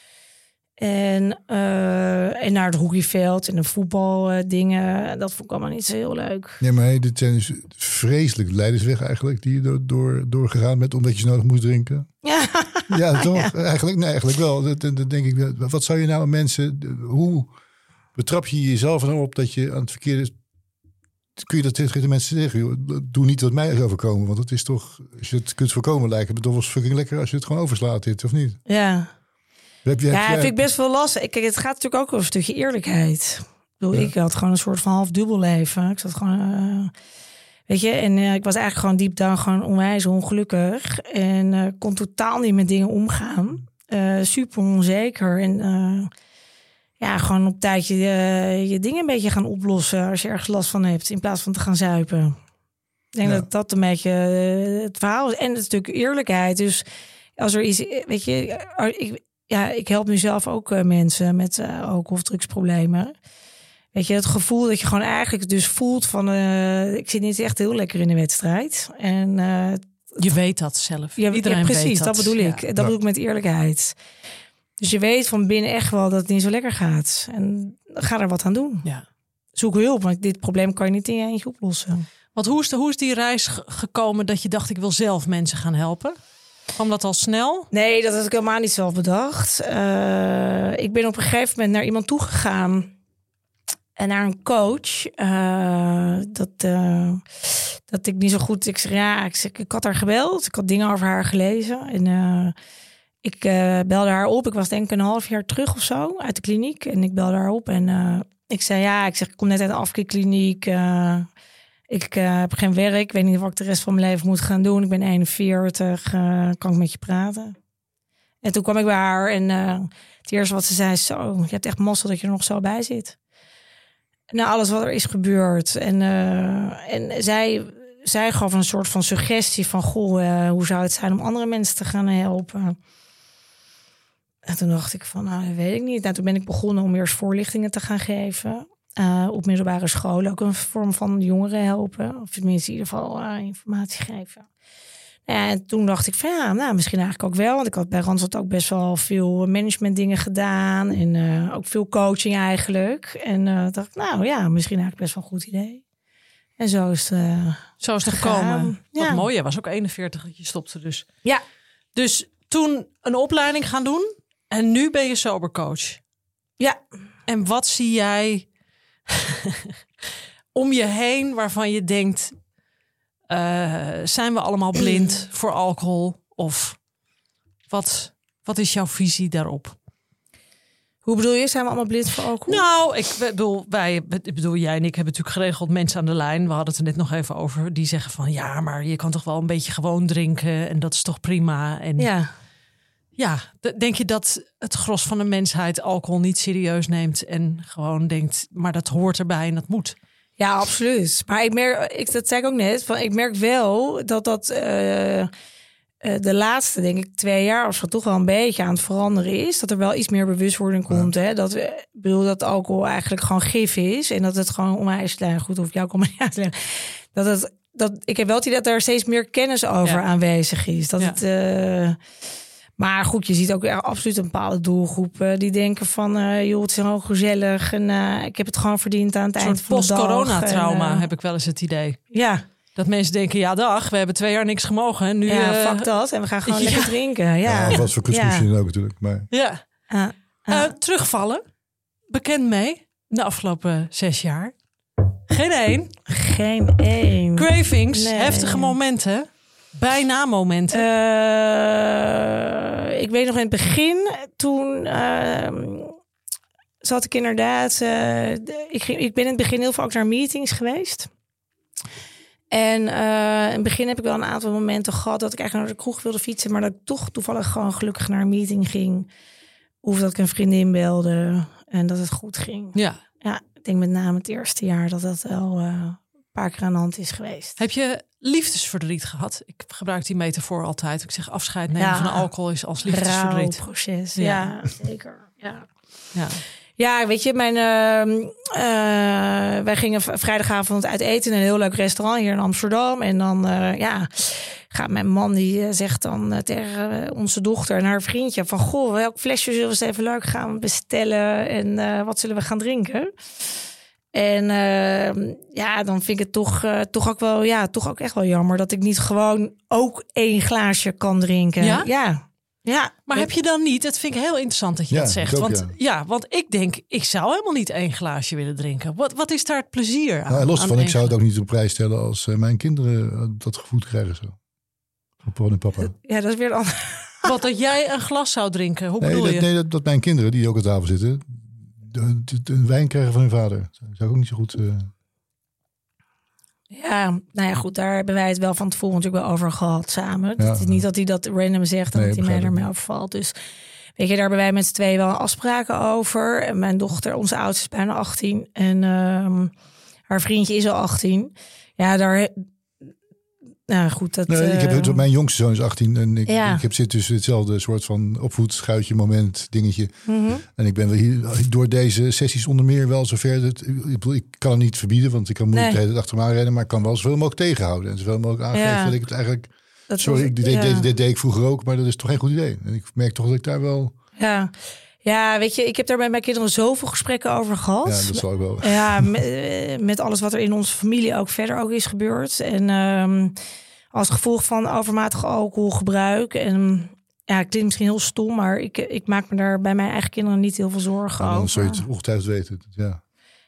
En, uh, en naar het hockeyveld en de voetbaldingen. Dat vond ik allemaal niet zo heel leuk. nee, maar hey, dit zijn dus vreselijk leidersweg eigenlijk die je door, door, doorgegaan bent omdat je zo nodig moest drinken. Ja, Ja, toch? Eigenlijk, nee, eigenlijk wel. Dat, dat, dat denk ik. Wat zou je nou mensen... Hoe betrap je jezelf er nou op dat je aan het verkeerde... Kun je dat tegen de mensen zeggen? Joh, doe niet wat mij is overkomen. Want het is toch... Als je het kunt voorkomen lijkt het me toch wel fucking lekker als je het gewoon overslaat dit, of niet? ja. Heb je, heb Ja, jij- vind ik best wel lastig. Kijk, het gaat natuurlijk ook over een stukje eerlijkheid. Ik bedoel, Ja. ik had gewoon een soort van half dubbel leven. Ik zat gewoon, uh, weet je, en uh, ik was eigenlijk gewoon diep down gewoon onwijs ongelukkig. En uh, kon totaal niet met dingen omgaan. Uh, super onzeker. En uh, ja, gewoon op tijd je, uh, je dingen een beetje gaan oplossen als je ergens last van hebt. In plaats van te gaan zuipen. Ik denk Ja. dat dat een beetje uh, het verhaal is. En het stuk eerlijkheid. Dus als er iets, weet je, ik, ja, ik help nu zelf ook uh, mensen met uh, alcohol- of drugsproblemen. Weet je, het gevoel dat je gewoon eigenlijk dus voelt van... Uh, ik zit niet echt heel lekker in de wedstrijd. En uh, Je weet dat zelf. ja, Iedereen ja, precies, weet dat. dat bedoel ik. Ja. Dat bedoel ik met eerlijkheid. Dus je weet van binnen echt wel dat het niet zo lekker gaat. En ga er wat aan doen. Ja. Zoek hulp, want dit probleem kan je niet in je eentje oplossen. Want hoe is, de, hoe is die reis ge- gekomen dat je dacht ik wil zelf mensen gaan helpen? Kwam dat al snel? Nee, dat had ik helemaal niet zelf bedacht. Uh, ik ben op een gegeven moment naar iemand toegegaan. en naar een coach. Uh, dat, uh, dat ik niet zo goed... Ik zeg, ja, ik, zeg, ik had haar gebeld. Ik had dingen over haar gelezen. En uh, ik uh, belde haar op. Ik was denk ik een half jaar terug of zo uit de kliniek. En ik belde haar op. En uh, ik zei, ja, ik zeg, ik kom net uit de afkeerkliniek. Uh, ik uh, heb geen werk. Ik weet niet wat ik de rest van mijn leven moet gaan doen. Ik ben eenenveertig. Uh, kan ik met je praten? En toen kwam ik bij haar. En uh, het eerste wat ze zei is, zo, je hebt echt mazzel dat je er nog zo bij zit. Nou, alles wat er is gebeurd. En, uh, en zij, zij gaf een soort van suggestie van... goh, uh, hoe zou het zijn om andere mensen te gaan helpen? En toen dacht ik van, nou, dat weet ik niet. Nou, toen ben ik begonnen om eerst voorlichtingen te gaan geven. Uh, op middelbare scholen ook een vorm van jongeren helpen. Of tenminste in ieder geval uh, informatie geven. En toen dacht ik van ja, nou, misschien eigenlijk ook wel. Want ik had bij Randstad ook best wel veel management dingen gedaan. En uh, ook veel coaching eigenlijk. En uh, dacht ik, nou ja, misschien eigenlijk best wel een goed idee. En zo is het uh, Zo is het gekomen. Ja. Wat mooi, jij was ook eenenveertig, je stopte dus. Ja. Dus toen een opleiding gaan doen. En nu ben je sobercoach. Ja. En wat zie jij om je heen waarvan je denkt... Uh, zijn we allemaal blind voor alcohol? Of wat, wat is jouw visie daarop? Hoe bedoel je? Zijn we allemaal blind voor alcohol? Nou, ik bedoel, wij, ik bedoel, jij en ik hebben natuurlijk geregeld mensen aan de lijn. We hadden het er net nog even over. Die zeggen van, ja, maar je kan toch wel een beetje gewoon drinken. En dat is toch prima. En ja. Ja, denk je dat het gros van de mensheid alcohol niet serieus neemt en gewoon denkt, maar dat hoort erbij en dat moet? Ja, absoluut. Maar ik merk, ik, dat zei ik ook net, van, ik merk wel dat dat uh, uh, de laatste, denk ik, twee jaar of zo toch wel een beetje aan het veranderen is. Dat er wel iets meer bewustwording komt. Ja. Hè? Dat we bedoel dat alcohol eigenlijk gewoon gif is en dat het gewoon onwijs goed of jou komt uitleggen. Dat het, dat ik heb wel het idee dat er steeds meer kennis over ja. aanwezig is. Dat ja. het. Uh, Maar goed, je ziet ook absoluut een bepaalde doelgroep uh, die denken van, uh, joh, het is gewoon gezellig en uh, ik heb het gewoon verdiend aan het eind van de dag. Post-corona-trauma uh, heb ik wel eens het idee. Ja. Dat mensen denken, ja dag, we hebben twee jaar niks gemogen. En nu, ja, uh, fuck dat. En we gaan gewoon ja. lekker drinken. Ja, ja wat voor kutskoesje ja. ook natuurlijk. Maar... Ja. Uh, uh. Uh, terugvallen, bekend mee, de afgelopen zes jaar. Geen één. Geen één. Cravings, nee. Heftige momenten. Bijna momenten. Uh, ik weet nog in het begin, toen uh, zat ik inderdaad... Uh, ik, ging, ik ben in het begin heel vaak naar meetings geweest. En uh, in het begin heb ik wel een aantal momenten gehad dat ik eigenlijk naar de kroeg wilde fietsen, maar dat ik toch toevallig gewoon gelukkig naar een meeting ging. Of dat ik een vriendin belde en dat het goed ging. Ja. Ja, ik denk met name het eerste jaar dat dat wel... Uh, paar keer aan de hand is geweest. Heb je liefdesverdriet gehad? Ik gebruik die metafoor altijd. Ik zeg afscheid nemen ja, van alcohol is als liefdesverdriet. Proces, ja. ja, zeker. Ja. Ja. Ja, weet je, mijn, uh, uh, wij gingen vrijdagavond uit eten in een heel leuk restaurant hier in Amsterdam. En dan, uh, ja, gaat mijn man die uh, zegt dan uh, tegen uh, onze dochter en haar vriendje van, goh, welk flesje zullen we eens even leuk gaan bestellen en uh, wat zullen we gaan drinken? En uh, ja, dan vind ik het toch, uh, toch ook wel, ja, toch ook echt wel jammer dat ik niet gewoon ook één glaasje kan drinken. Ja? Ja. Ja. Maar heb je dan niet, dat vind ik heel interessant dat je ja, dat zegt. Ook, want ja. ja, want ik denk, ik zou helemaal niet één glaasje willen drinken. Wat, wat is daar het plezier aan? Nou, los aan van, ik zou het glas? ook niet op prijs stellen als uh, mijn kinderen uh, dat gevoed krijgen zo. Van papa en papa. Ja, dat is weer een ander. Wat, dat jij een glas zou drinken? Hoe nee, bedoel dat, je? Nee, dat, dat mijn kinderen, die ook aan tafel zitten, de, de, de wijn krijgen van hun vader. Dat zou ik ook niet zo goed... Uh... Ja, nou ja, goed, daar hebben wij het wel van tevoren natuurlijk wel over gehad samen. Ja, het is niet dat hij dat random zegt en nee, dat hij mij begrijp ermee overvalt. Dus weet je, daar hebben wij met z'n tweeën wel afspraken over. En mijn dochter, onze oudste, is bijna achttien. En um, haar vriendje is al achttien. Ja, daar... Nou goed, dat... Nee, ik heb, uh, mijn jongste zoon is achttien en ik, ja. ik heb zit tussen hetzelfde soort van opvoedschuitje moment dingetje. Mm-hmm. En ik ben wel hier, door deze sessies onder meer wel zover. Dat, ik, ik kan het niet verbieden, want ik kan moeilijk nee. de hele tijd achter me aanrennen, maar ik kan wel zoveel mogelijk tegenhouden en zoveel mogelijk aangeven ja. dat ik het eigenlijk... Dat sorry, was, ik, dit, ja. dit, dit deed ik vroeger ook, maar dat is toch geen goed idee. En ik merk toch dat ik daar wel... Ja. Ja, weet je, ik heb daar bij mijn kinderen zoveel gesprekken over gehad. Ja, dat zal ik wel. Ja, met, met alles wat er in onze familie ook verder ook is gebeurd. En um, als gevolg van overmatig alcoholgebruik. En ja, het klinkt misschien heel stom, maar ik, ik maak me daar bij mijn eigen kinderen niet heel veel zorgen ja, dan over. zou je het ongetwijfeld weten. Ja.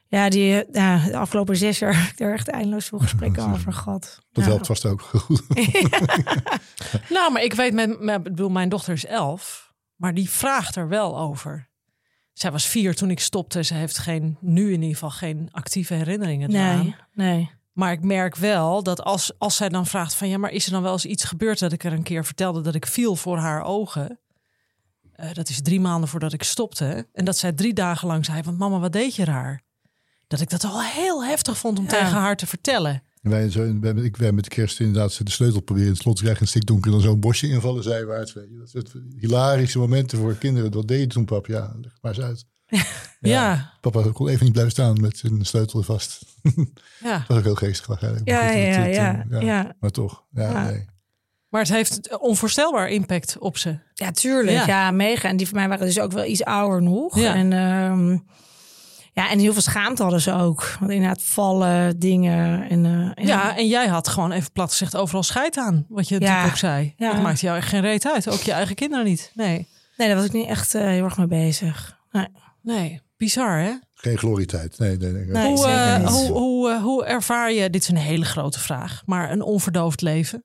Ja, die, ja, de afgelopen zes jaar heb ik daar echt eindeloos veel gesprekken over gehad. Dat ja. helpt vast ook goed. Nou, maar ik weet, met, met, bedoel, mijn dochter is elf, maar die vraagt er wel over. Zij was vier toen ik stopte. Ze heeft geen, nu in ieder geval geen actieve herinneringen eraan. Nee, nee. Maar ik merk wel dat als, als zij dan vraagt van... ja, maar is er dan wel eens iets gebeurd dat ik er een keer vertelde... dat ik viel voor haar ogen? Uh, dat is drie maanden voordat ik stopte. En dat zij drie dagen lang zei... want mama, wat deed je raar? Dat ik dat al heel heftig vond om ja. tegen haar te vertellen. Wij, zo, wij, ik wij met de kerst inderdaad de sleutel proberen in het slot te krijgen... en stikdonker dan zo'n bosje invallen zijwaarts. Weet je. Dat soort hilarische momenten voor kinderen. Wat deed je toen, pap? Ja, leg maar eens uit. Ja, ja. Papa kon even niet blijven staan met zijn sleutel vast. Ja. Dat was ook heel geestig waarschijnlijk. Ja, maar, goed, ja, het, het, ja, ja, ja. maar toch. Ja, Ja. Nee. Maar het heeft onvoorstelbaar impact op ze. Ja, tuurlijk. Ja. ja, mega. En die van mij waren dus ook wel iets ouder nog. Ja. En, um, ja, en heel veel schaamte hadden ze ook. Want inderdaad vallen, dingen. En, uh, en ja, en jij had gewoon even plat gezegd overal scheid aan. Wat je Ja. natuurlijk ook zei. Ja. Dat maakt jou echt geen reet uit. Ook je eigen kinderen niet. Nee, Nee, daar was ik niet echt uh, heel erg mee bezig. Nee. nee. Bizar, hè? Geen glorietijd. Nee, nee, nee. Nee. Hoe, zeker uh, niet. hoe, hoe, uh, hoe ervaar je, dit is een hele grote vraag, maar een onverdoofd leven?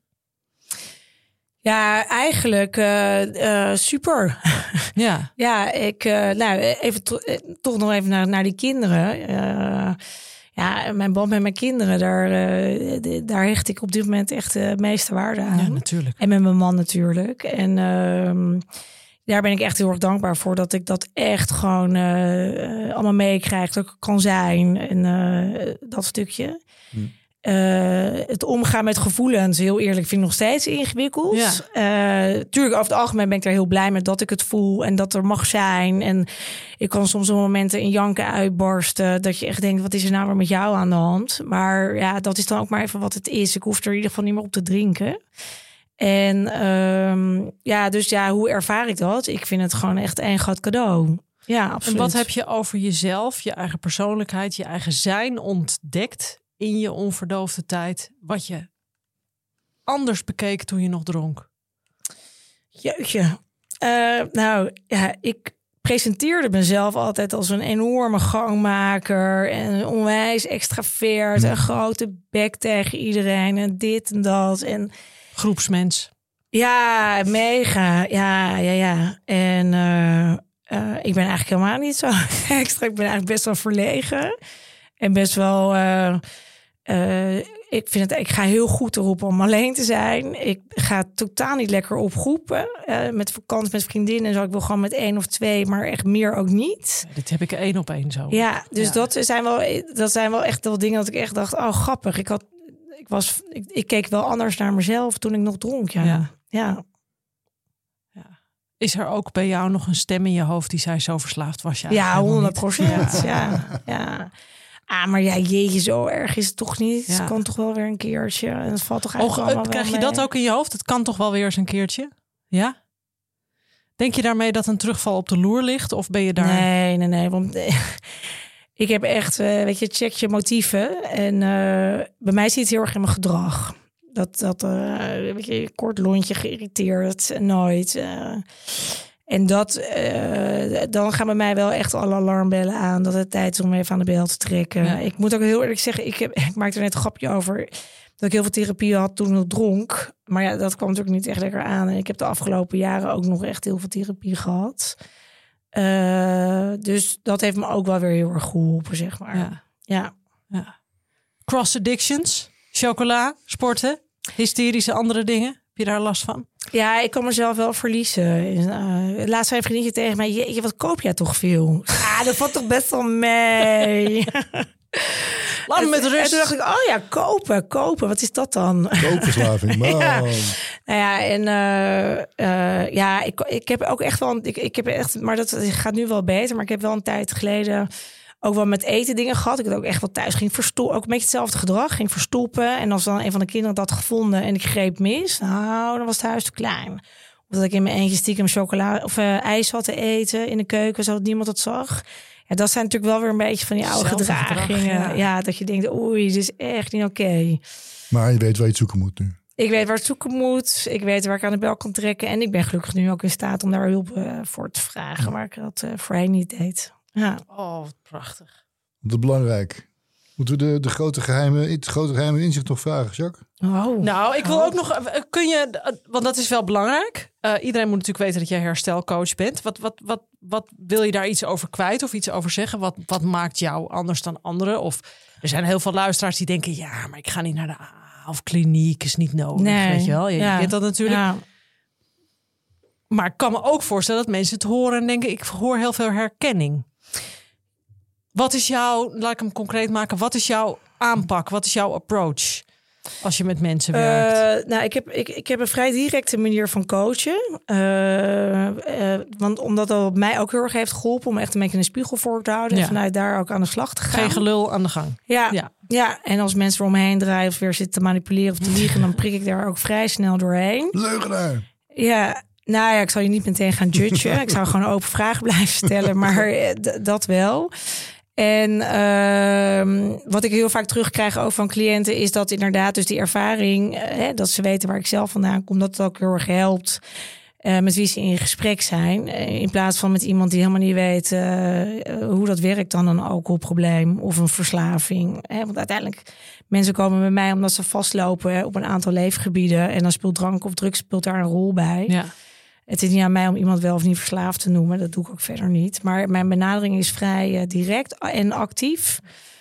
Ja, eigenlijk uh, uh, super. Ja. Ja, ik, uh, nou, even to- toch nog even naar, naar die kinderen. Uh, ja, mijn band met mijn kinderen, daar, uh, d- daar hecht ik op dit moment echt de meeste waarde aan. Ja, natuurlijk. En met mijn man natuurlijk. En uh, daar ben ik echt heel erg dankbaar voor dat ik dat echt gewoon uh, allemaal meekrijg. Dat ik kan zijn en uh, dat stukje. Hm. Uh, het omgaan met gevoelens, heel eerlijk, vind ik nog steeds ingewikkeld. Ja. Uh, tuurlijk, over het algemeen ben ik er heel blij met dat ik het voel en dat er mag zijn. En ik kan soms op momenten in janken uitbarsten, dat je echt denkt, wat is er nou weer met jou aan de hand? Maar ja, dat is dan ook maar even wat het is. Ik hoef er in ieder geval niet meer op te drinken. En um, ja, dus ja, hoe ervaar ik dat? Ik vind het gewoon echt een groot cadeau. Ja, absoluut. En wat heb je over jezelf, je eigen persoonlijkheid, je eigen zijn ontdekt in je onverdoofde tijd, wat je anders bekeek toen je nog dronk? Jeetje. Uh, nou, ja, ik presenteerde mezelf altijd als een enorme gangmaker en onwijs extravert, een grote bek tegen iedereen en dit en dat. En groepsmens. Ja, mega. Ja, ja, ja. En uh, uh, ik ben eigenlijk helemaal niet zo extra. Ik ben eigenlijk best wel verlegen. En best wel... Uh, uh, ik, vind het, ik ga heel goed erop om alleen te zijn. Ik ga totaal niet lekker op groepen. Uh, met vakantie, met vriendinnen en zo. Ik wil gewoon met één of twee, maar echt meer ook niet. Dit heb ik één op één zo. Ja, dus ja. Dat, zijn wel, dat zijn wel echt wel dingen dat ik echt dacht... oh, grappig. Ik, had, ik, was, ik, ik keek wel anders naar mezelf toen ik nog dronk. Ja, ja. ja. ja. Is er ook bij jou nog een stem in je hoofd die zei zo verslaafd was je? Ja, honderd procent. Ja, ja. Ah, maar ja, jeetje, zo erg is het toch niet. Ja. Het kan toch wel weer een keertje. En het valt toch eigenlijk oh, allemaal krijg wel je mee. dat ook in je hoofd? Het kan toch wel weer eens een keertje? Ja? Denk je daarmee dat een terugval op de loer ligt? Of ben je daar... Nee, nee, nee. Want nee. Ik heb echt, uh, weet je, check je motieven. En uh, bij mij zit het heel erg in mijn gedrag. Dat, dat uh, weet je, kort lontje, geïrriteerd, nooit... Uh, En dat, uh, dan gaan bij mij wel echt alle alarmbellen aan. Dat het tijd is om even aan de bel te trekken. Ja. Ik moet ook heel eerlijk zeggen, ik, heb, ik maakte er net een grapje over... dat ik heel veel therapie had toen ik dronk. Maar ja, dat kwam natuurlijk niet echt lekker aan. En ik heb de afgelopen jaren ook nog echt heel veel therapie gehad. Uh, dus dat heeft me ook wel weer heel erg geholpen, zeg maar. Ja. Ja. Ja. Cross addictions, chocola, sporten, hysterische andere dingen. Heb je daar last van? Ja, ik kan mezelf wel verliezen. Uh, laatst zei een vriendje tegen mij... Jeetje, wat koop jij toch veel? Ah, dat valt toch best wel mee. Laat me met rust. En toen dacht ik, oh ja, kopen, kopen. Wat is dat dan? Koopverslaving, man. Ja. Nou ja, en uh, uh, ja, ik, ik heb ook echt wel... Ik, ik heb echt, maar dat gaat nu wel beter. Maar ik heb wel een tijd geleden... ook wel met eten dingen gehad. Ik had ook echt wel thuis ging verstoppen. Ook een beetje hetzelfde gedrag. Ging verstoppen. En als dan een van de kinderen dat had gevonden en ik greep mis. Nou, dan was het huis te klein. Of dat ik in mijn eentje stiekem chocola of uh, ijs had te eten in de keuken. Zodat niemand het zag. Ja, dat zijn natuurlijk wel weer een beetje van die oude Zelfde gedragingen. gedrag, ja. ja, dat je denkt, oei, dit is echt niet oké. Okay. Maar je weet waar je het zoeken moet nu. Ik weet waar het zoeken moet. Ik weet waar ik aan de bel kan trekken. En ik ben gelukkig nu ook in staat om daar hulp uh, voor te vragen. Waar ik dat uh, voorheen niet deed. Ja. Oh, wat prachtig. Dat is belangrijk. Moeten we de, de grote geheime, het grote geheime inzicht nog vragen, Jacques? Oh. Nou, ik wil ook nog... Kun je... Want dat is wel belangrijk. Uh, iedereen moet natuurlijk weten dat jij herstelcoach bent. Wat, wat, wat, wat wil je daar iets over kwijt of iets over zeggen? Wat, wat maakt jou anders dan anderen? Of er zijn heel veel luisteraars die denken... Ja, maar ik ga niet naar de A of kliniek. Is niet nodig, nee. weet je wel. Je ja. kent dat natuurlijk. Ja. Maar ik kan me ook voorstellen dat mensen het horen en denken... Ik hoor heel veel herkenning. Wat is jouw... Laat ik hem concreet maken. Wat is jouw aanpak? Wat is jouw approach... Als je met mensen werkt? Uh, nou, ik heb, ik, ik heb een vrij directe manier van coachen. Uh, uh, want omdat dat mij ook heel erg heeft geholpen... om echt een beetje een spiegel voor te houden... Ja. en vanuit daar ook aan de slag te gaan. Geen gelul aan de gang. Ja, ja. ja. En als mensen eromheen draaien... of weer zitten te manipuleren of te liegen... dan prik ik daar ook vrij snel doorheen. Leugenaar! Ja, nou ja, ik zal je niet meteen gaan judgen. Ik zou gewoon open vragen blijven stellen... maar d- dat wel... En uh, wat ik heel vaak terugkrijg ook van cliënten... is dat inderdaad dus die ervaring... Uh, dat ze weten waar ik zelf vandaan kom... dat het ook heel erg helpt uh, met wie ze in gesprek zijn. Uh, in plaats van met iemand die helemaal niet weet... Uh, hoe dat werkt dan, een alcoholprobleem of een verslaving. Hè? Want uiteindelijk, mensen komen bij mij omdat ze vastlopen... op een aantal leefgebieden. En dan speelt drank of drugs speelt daar een rol bij... Ja. Het is niet aan mij om iemand wel of niet verslaafd te noemen. Dat doe ik ook verder niet. Maar mijn benadering is vrij uh, direct en actief.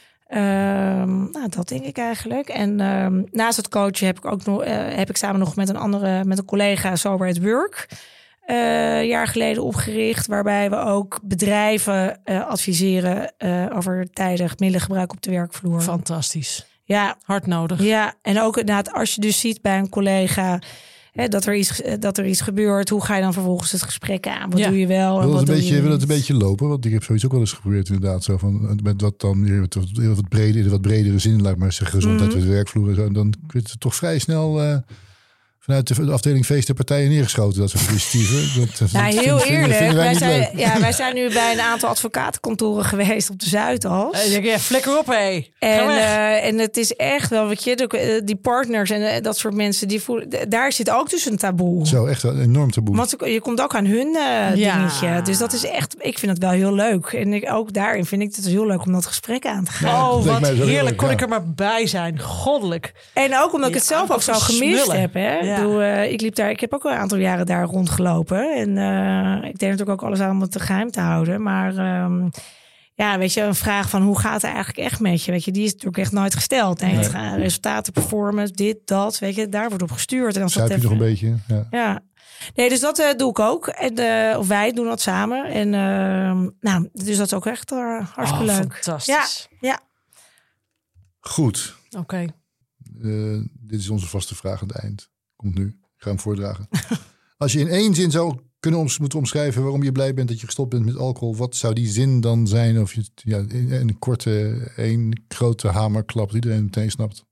Um, nou, dat denk ik eigenlijk. En um, naast het coachen heb ik ook nog, uh, heb ik samen nog met een andere, met een collega Sober at Work uh, een jaar geleden opgericht, waarbij we ook bedrijven uh, adviseren uh, over tijdig middelengebruik op de werkvloer. Fantastisch. Ja, hard nodig. Ja, en ook inderdaad als je dus ziet bij een collega. Hè, dat, er iets, dat er iets gebeurt. Hoe ga je dan vervolgens het gesprek aan? Wat ja. doe je wel? En wil, wat het doe beetje, je wil niet? het een beetje lopen? Want ik heb zoiets ook wel eens geprobeerd inderdaad. Zo van, met wat dan weer wat, wat, breder, wat bredere zin, laat ik maar zeggen. Gezondheid Mm-hmm. met de werkvloer en zo. En dan wordt het toch vrij snel uh, vanuit de afdeling feesten partijen neergeschoten. Dat soort initiatieven. Dat, dat Nou, vinden, heel vinden, eerlijk. vinden wij, wij, niet zijn, leuk. ja, wij zijn nu bij een aantal advocatenkantoren geweest op de Zuidas. Uh, ja, flikker op, hé. En, uh, en het is echt wel, weet je, de, die partners en uh, dat soort mensen, die voelen, daar zit ook dus een taboe. Zo, echt een enorm taboe. Want je komt ook aan hun uh, ja. dingetje. Dus dat is echt, ik vind het wel heel leuk. En ik, ook daarin vind ik het heel leuk om dat gesprek aan te gaan. Oh, dat wat lijkt mij zo heerlijk. leuk, Kon ja. ik er maar bij zijn. Goddelijk. En ook omdat ik Ja, het zelf ook zo over gemist smullen. heb. Hè? Ja. Ik, bedoel, uh, ik liep daar, ik heb ook een aantal jaren daar rondgelopen. En uh, ik deed natuurlijk ook alles aan om het te geheim te houden. Maar um, ja, weet je, een vraag van hoe gaat het eigenlijk echt met je? Weet je, die is natuurlijk echt nooit gesteld. Nee, Nee. het gaan, resultaten, performance, dit, dat. Weet je, daar wordt op gestuurd. En als dat Zuip je nog even, een beetje? Ja. Ja. Nee, dus dat uh, doe ik ook. En, uh, of wij doen dat samen. En uh, nou, dus dat is ook echt uh, hartstikke Oh, leuk. fantastisch. Ja, ja. Goed. Oké. Okay. Uh, dit is onze vaste vraag aan het eind. Komt nu. Ik ga hem voordragen. Als je in één zin zou kunnen oms- moeten omschrijven waarom je blij bent dat je gestopt bent met alcohol, wat zou die zin dan zijn? Of je het, ja, in een korte, één grote hamerklap die iedereen meteen snapt.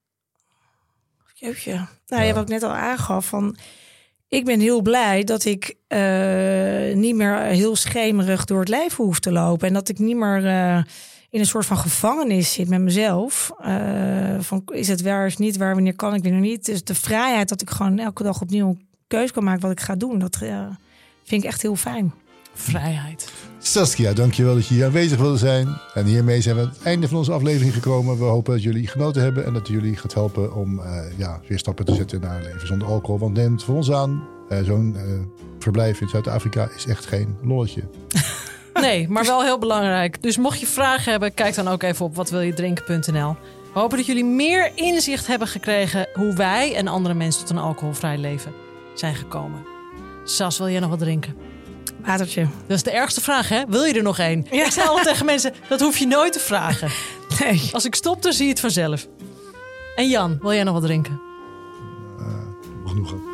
Jeetje. Nou Ja. ja, wat ik net al aangaf van, ik ben heel blij dat ik uh, niet meer heel schemerig door het leven hoef te lopen en dat ik niet meer uh, in een soort van gevangenis zit met mezelf. Uh, van is het waar, is het niet waar, wanneer kan ik, wanneer niet. Dus de vrijheid dat ik gewoon elke dag opnieuw een keuze kan maken wat ik ga doen, dat uh, vind ik echt heel fijn. Vrijheid. Saskia, dankjewel dat je hier aanwezig wilde zijn. En hiermee zijn we aan het einde van onze aflevering gekomen. We hopen dat jullie genoten hebben en dat jullie gaat helpen om uh, ja, weer stappen te zetten naar een leven zonder alcohol. Want neem het voor ons aan, uh, zo'n uh, verblijf in Zuid-Afrika is echt geen lolletje. Nee, maar wel heel belangrijk. Dus mocht je vragen hebben, kijk dan ook even op watwiljedrinken punt n l. We hopen dat jullie meer inzicht hebben gekregen hoe wij en andere mensen tot een alcoholvrij leven zijn gekomen. Sas, wil jij nog wat drinken? Watertje. Dat is de ergste vraag, hè? Wil je er nog één? Ja. Ik zeg altijd tegen mensen, dat hoef je nooit te vragen. Nee. Als ik stop, dan zie je het vanzelf. En Jan, wil jij nog wat drinken? Uh, genoegen.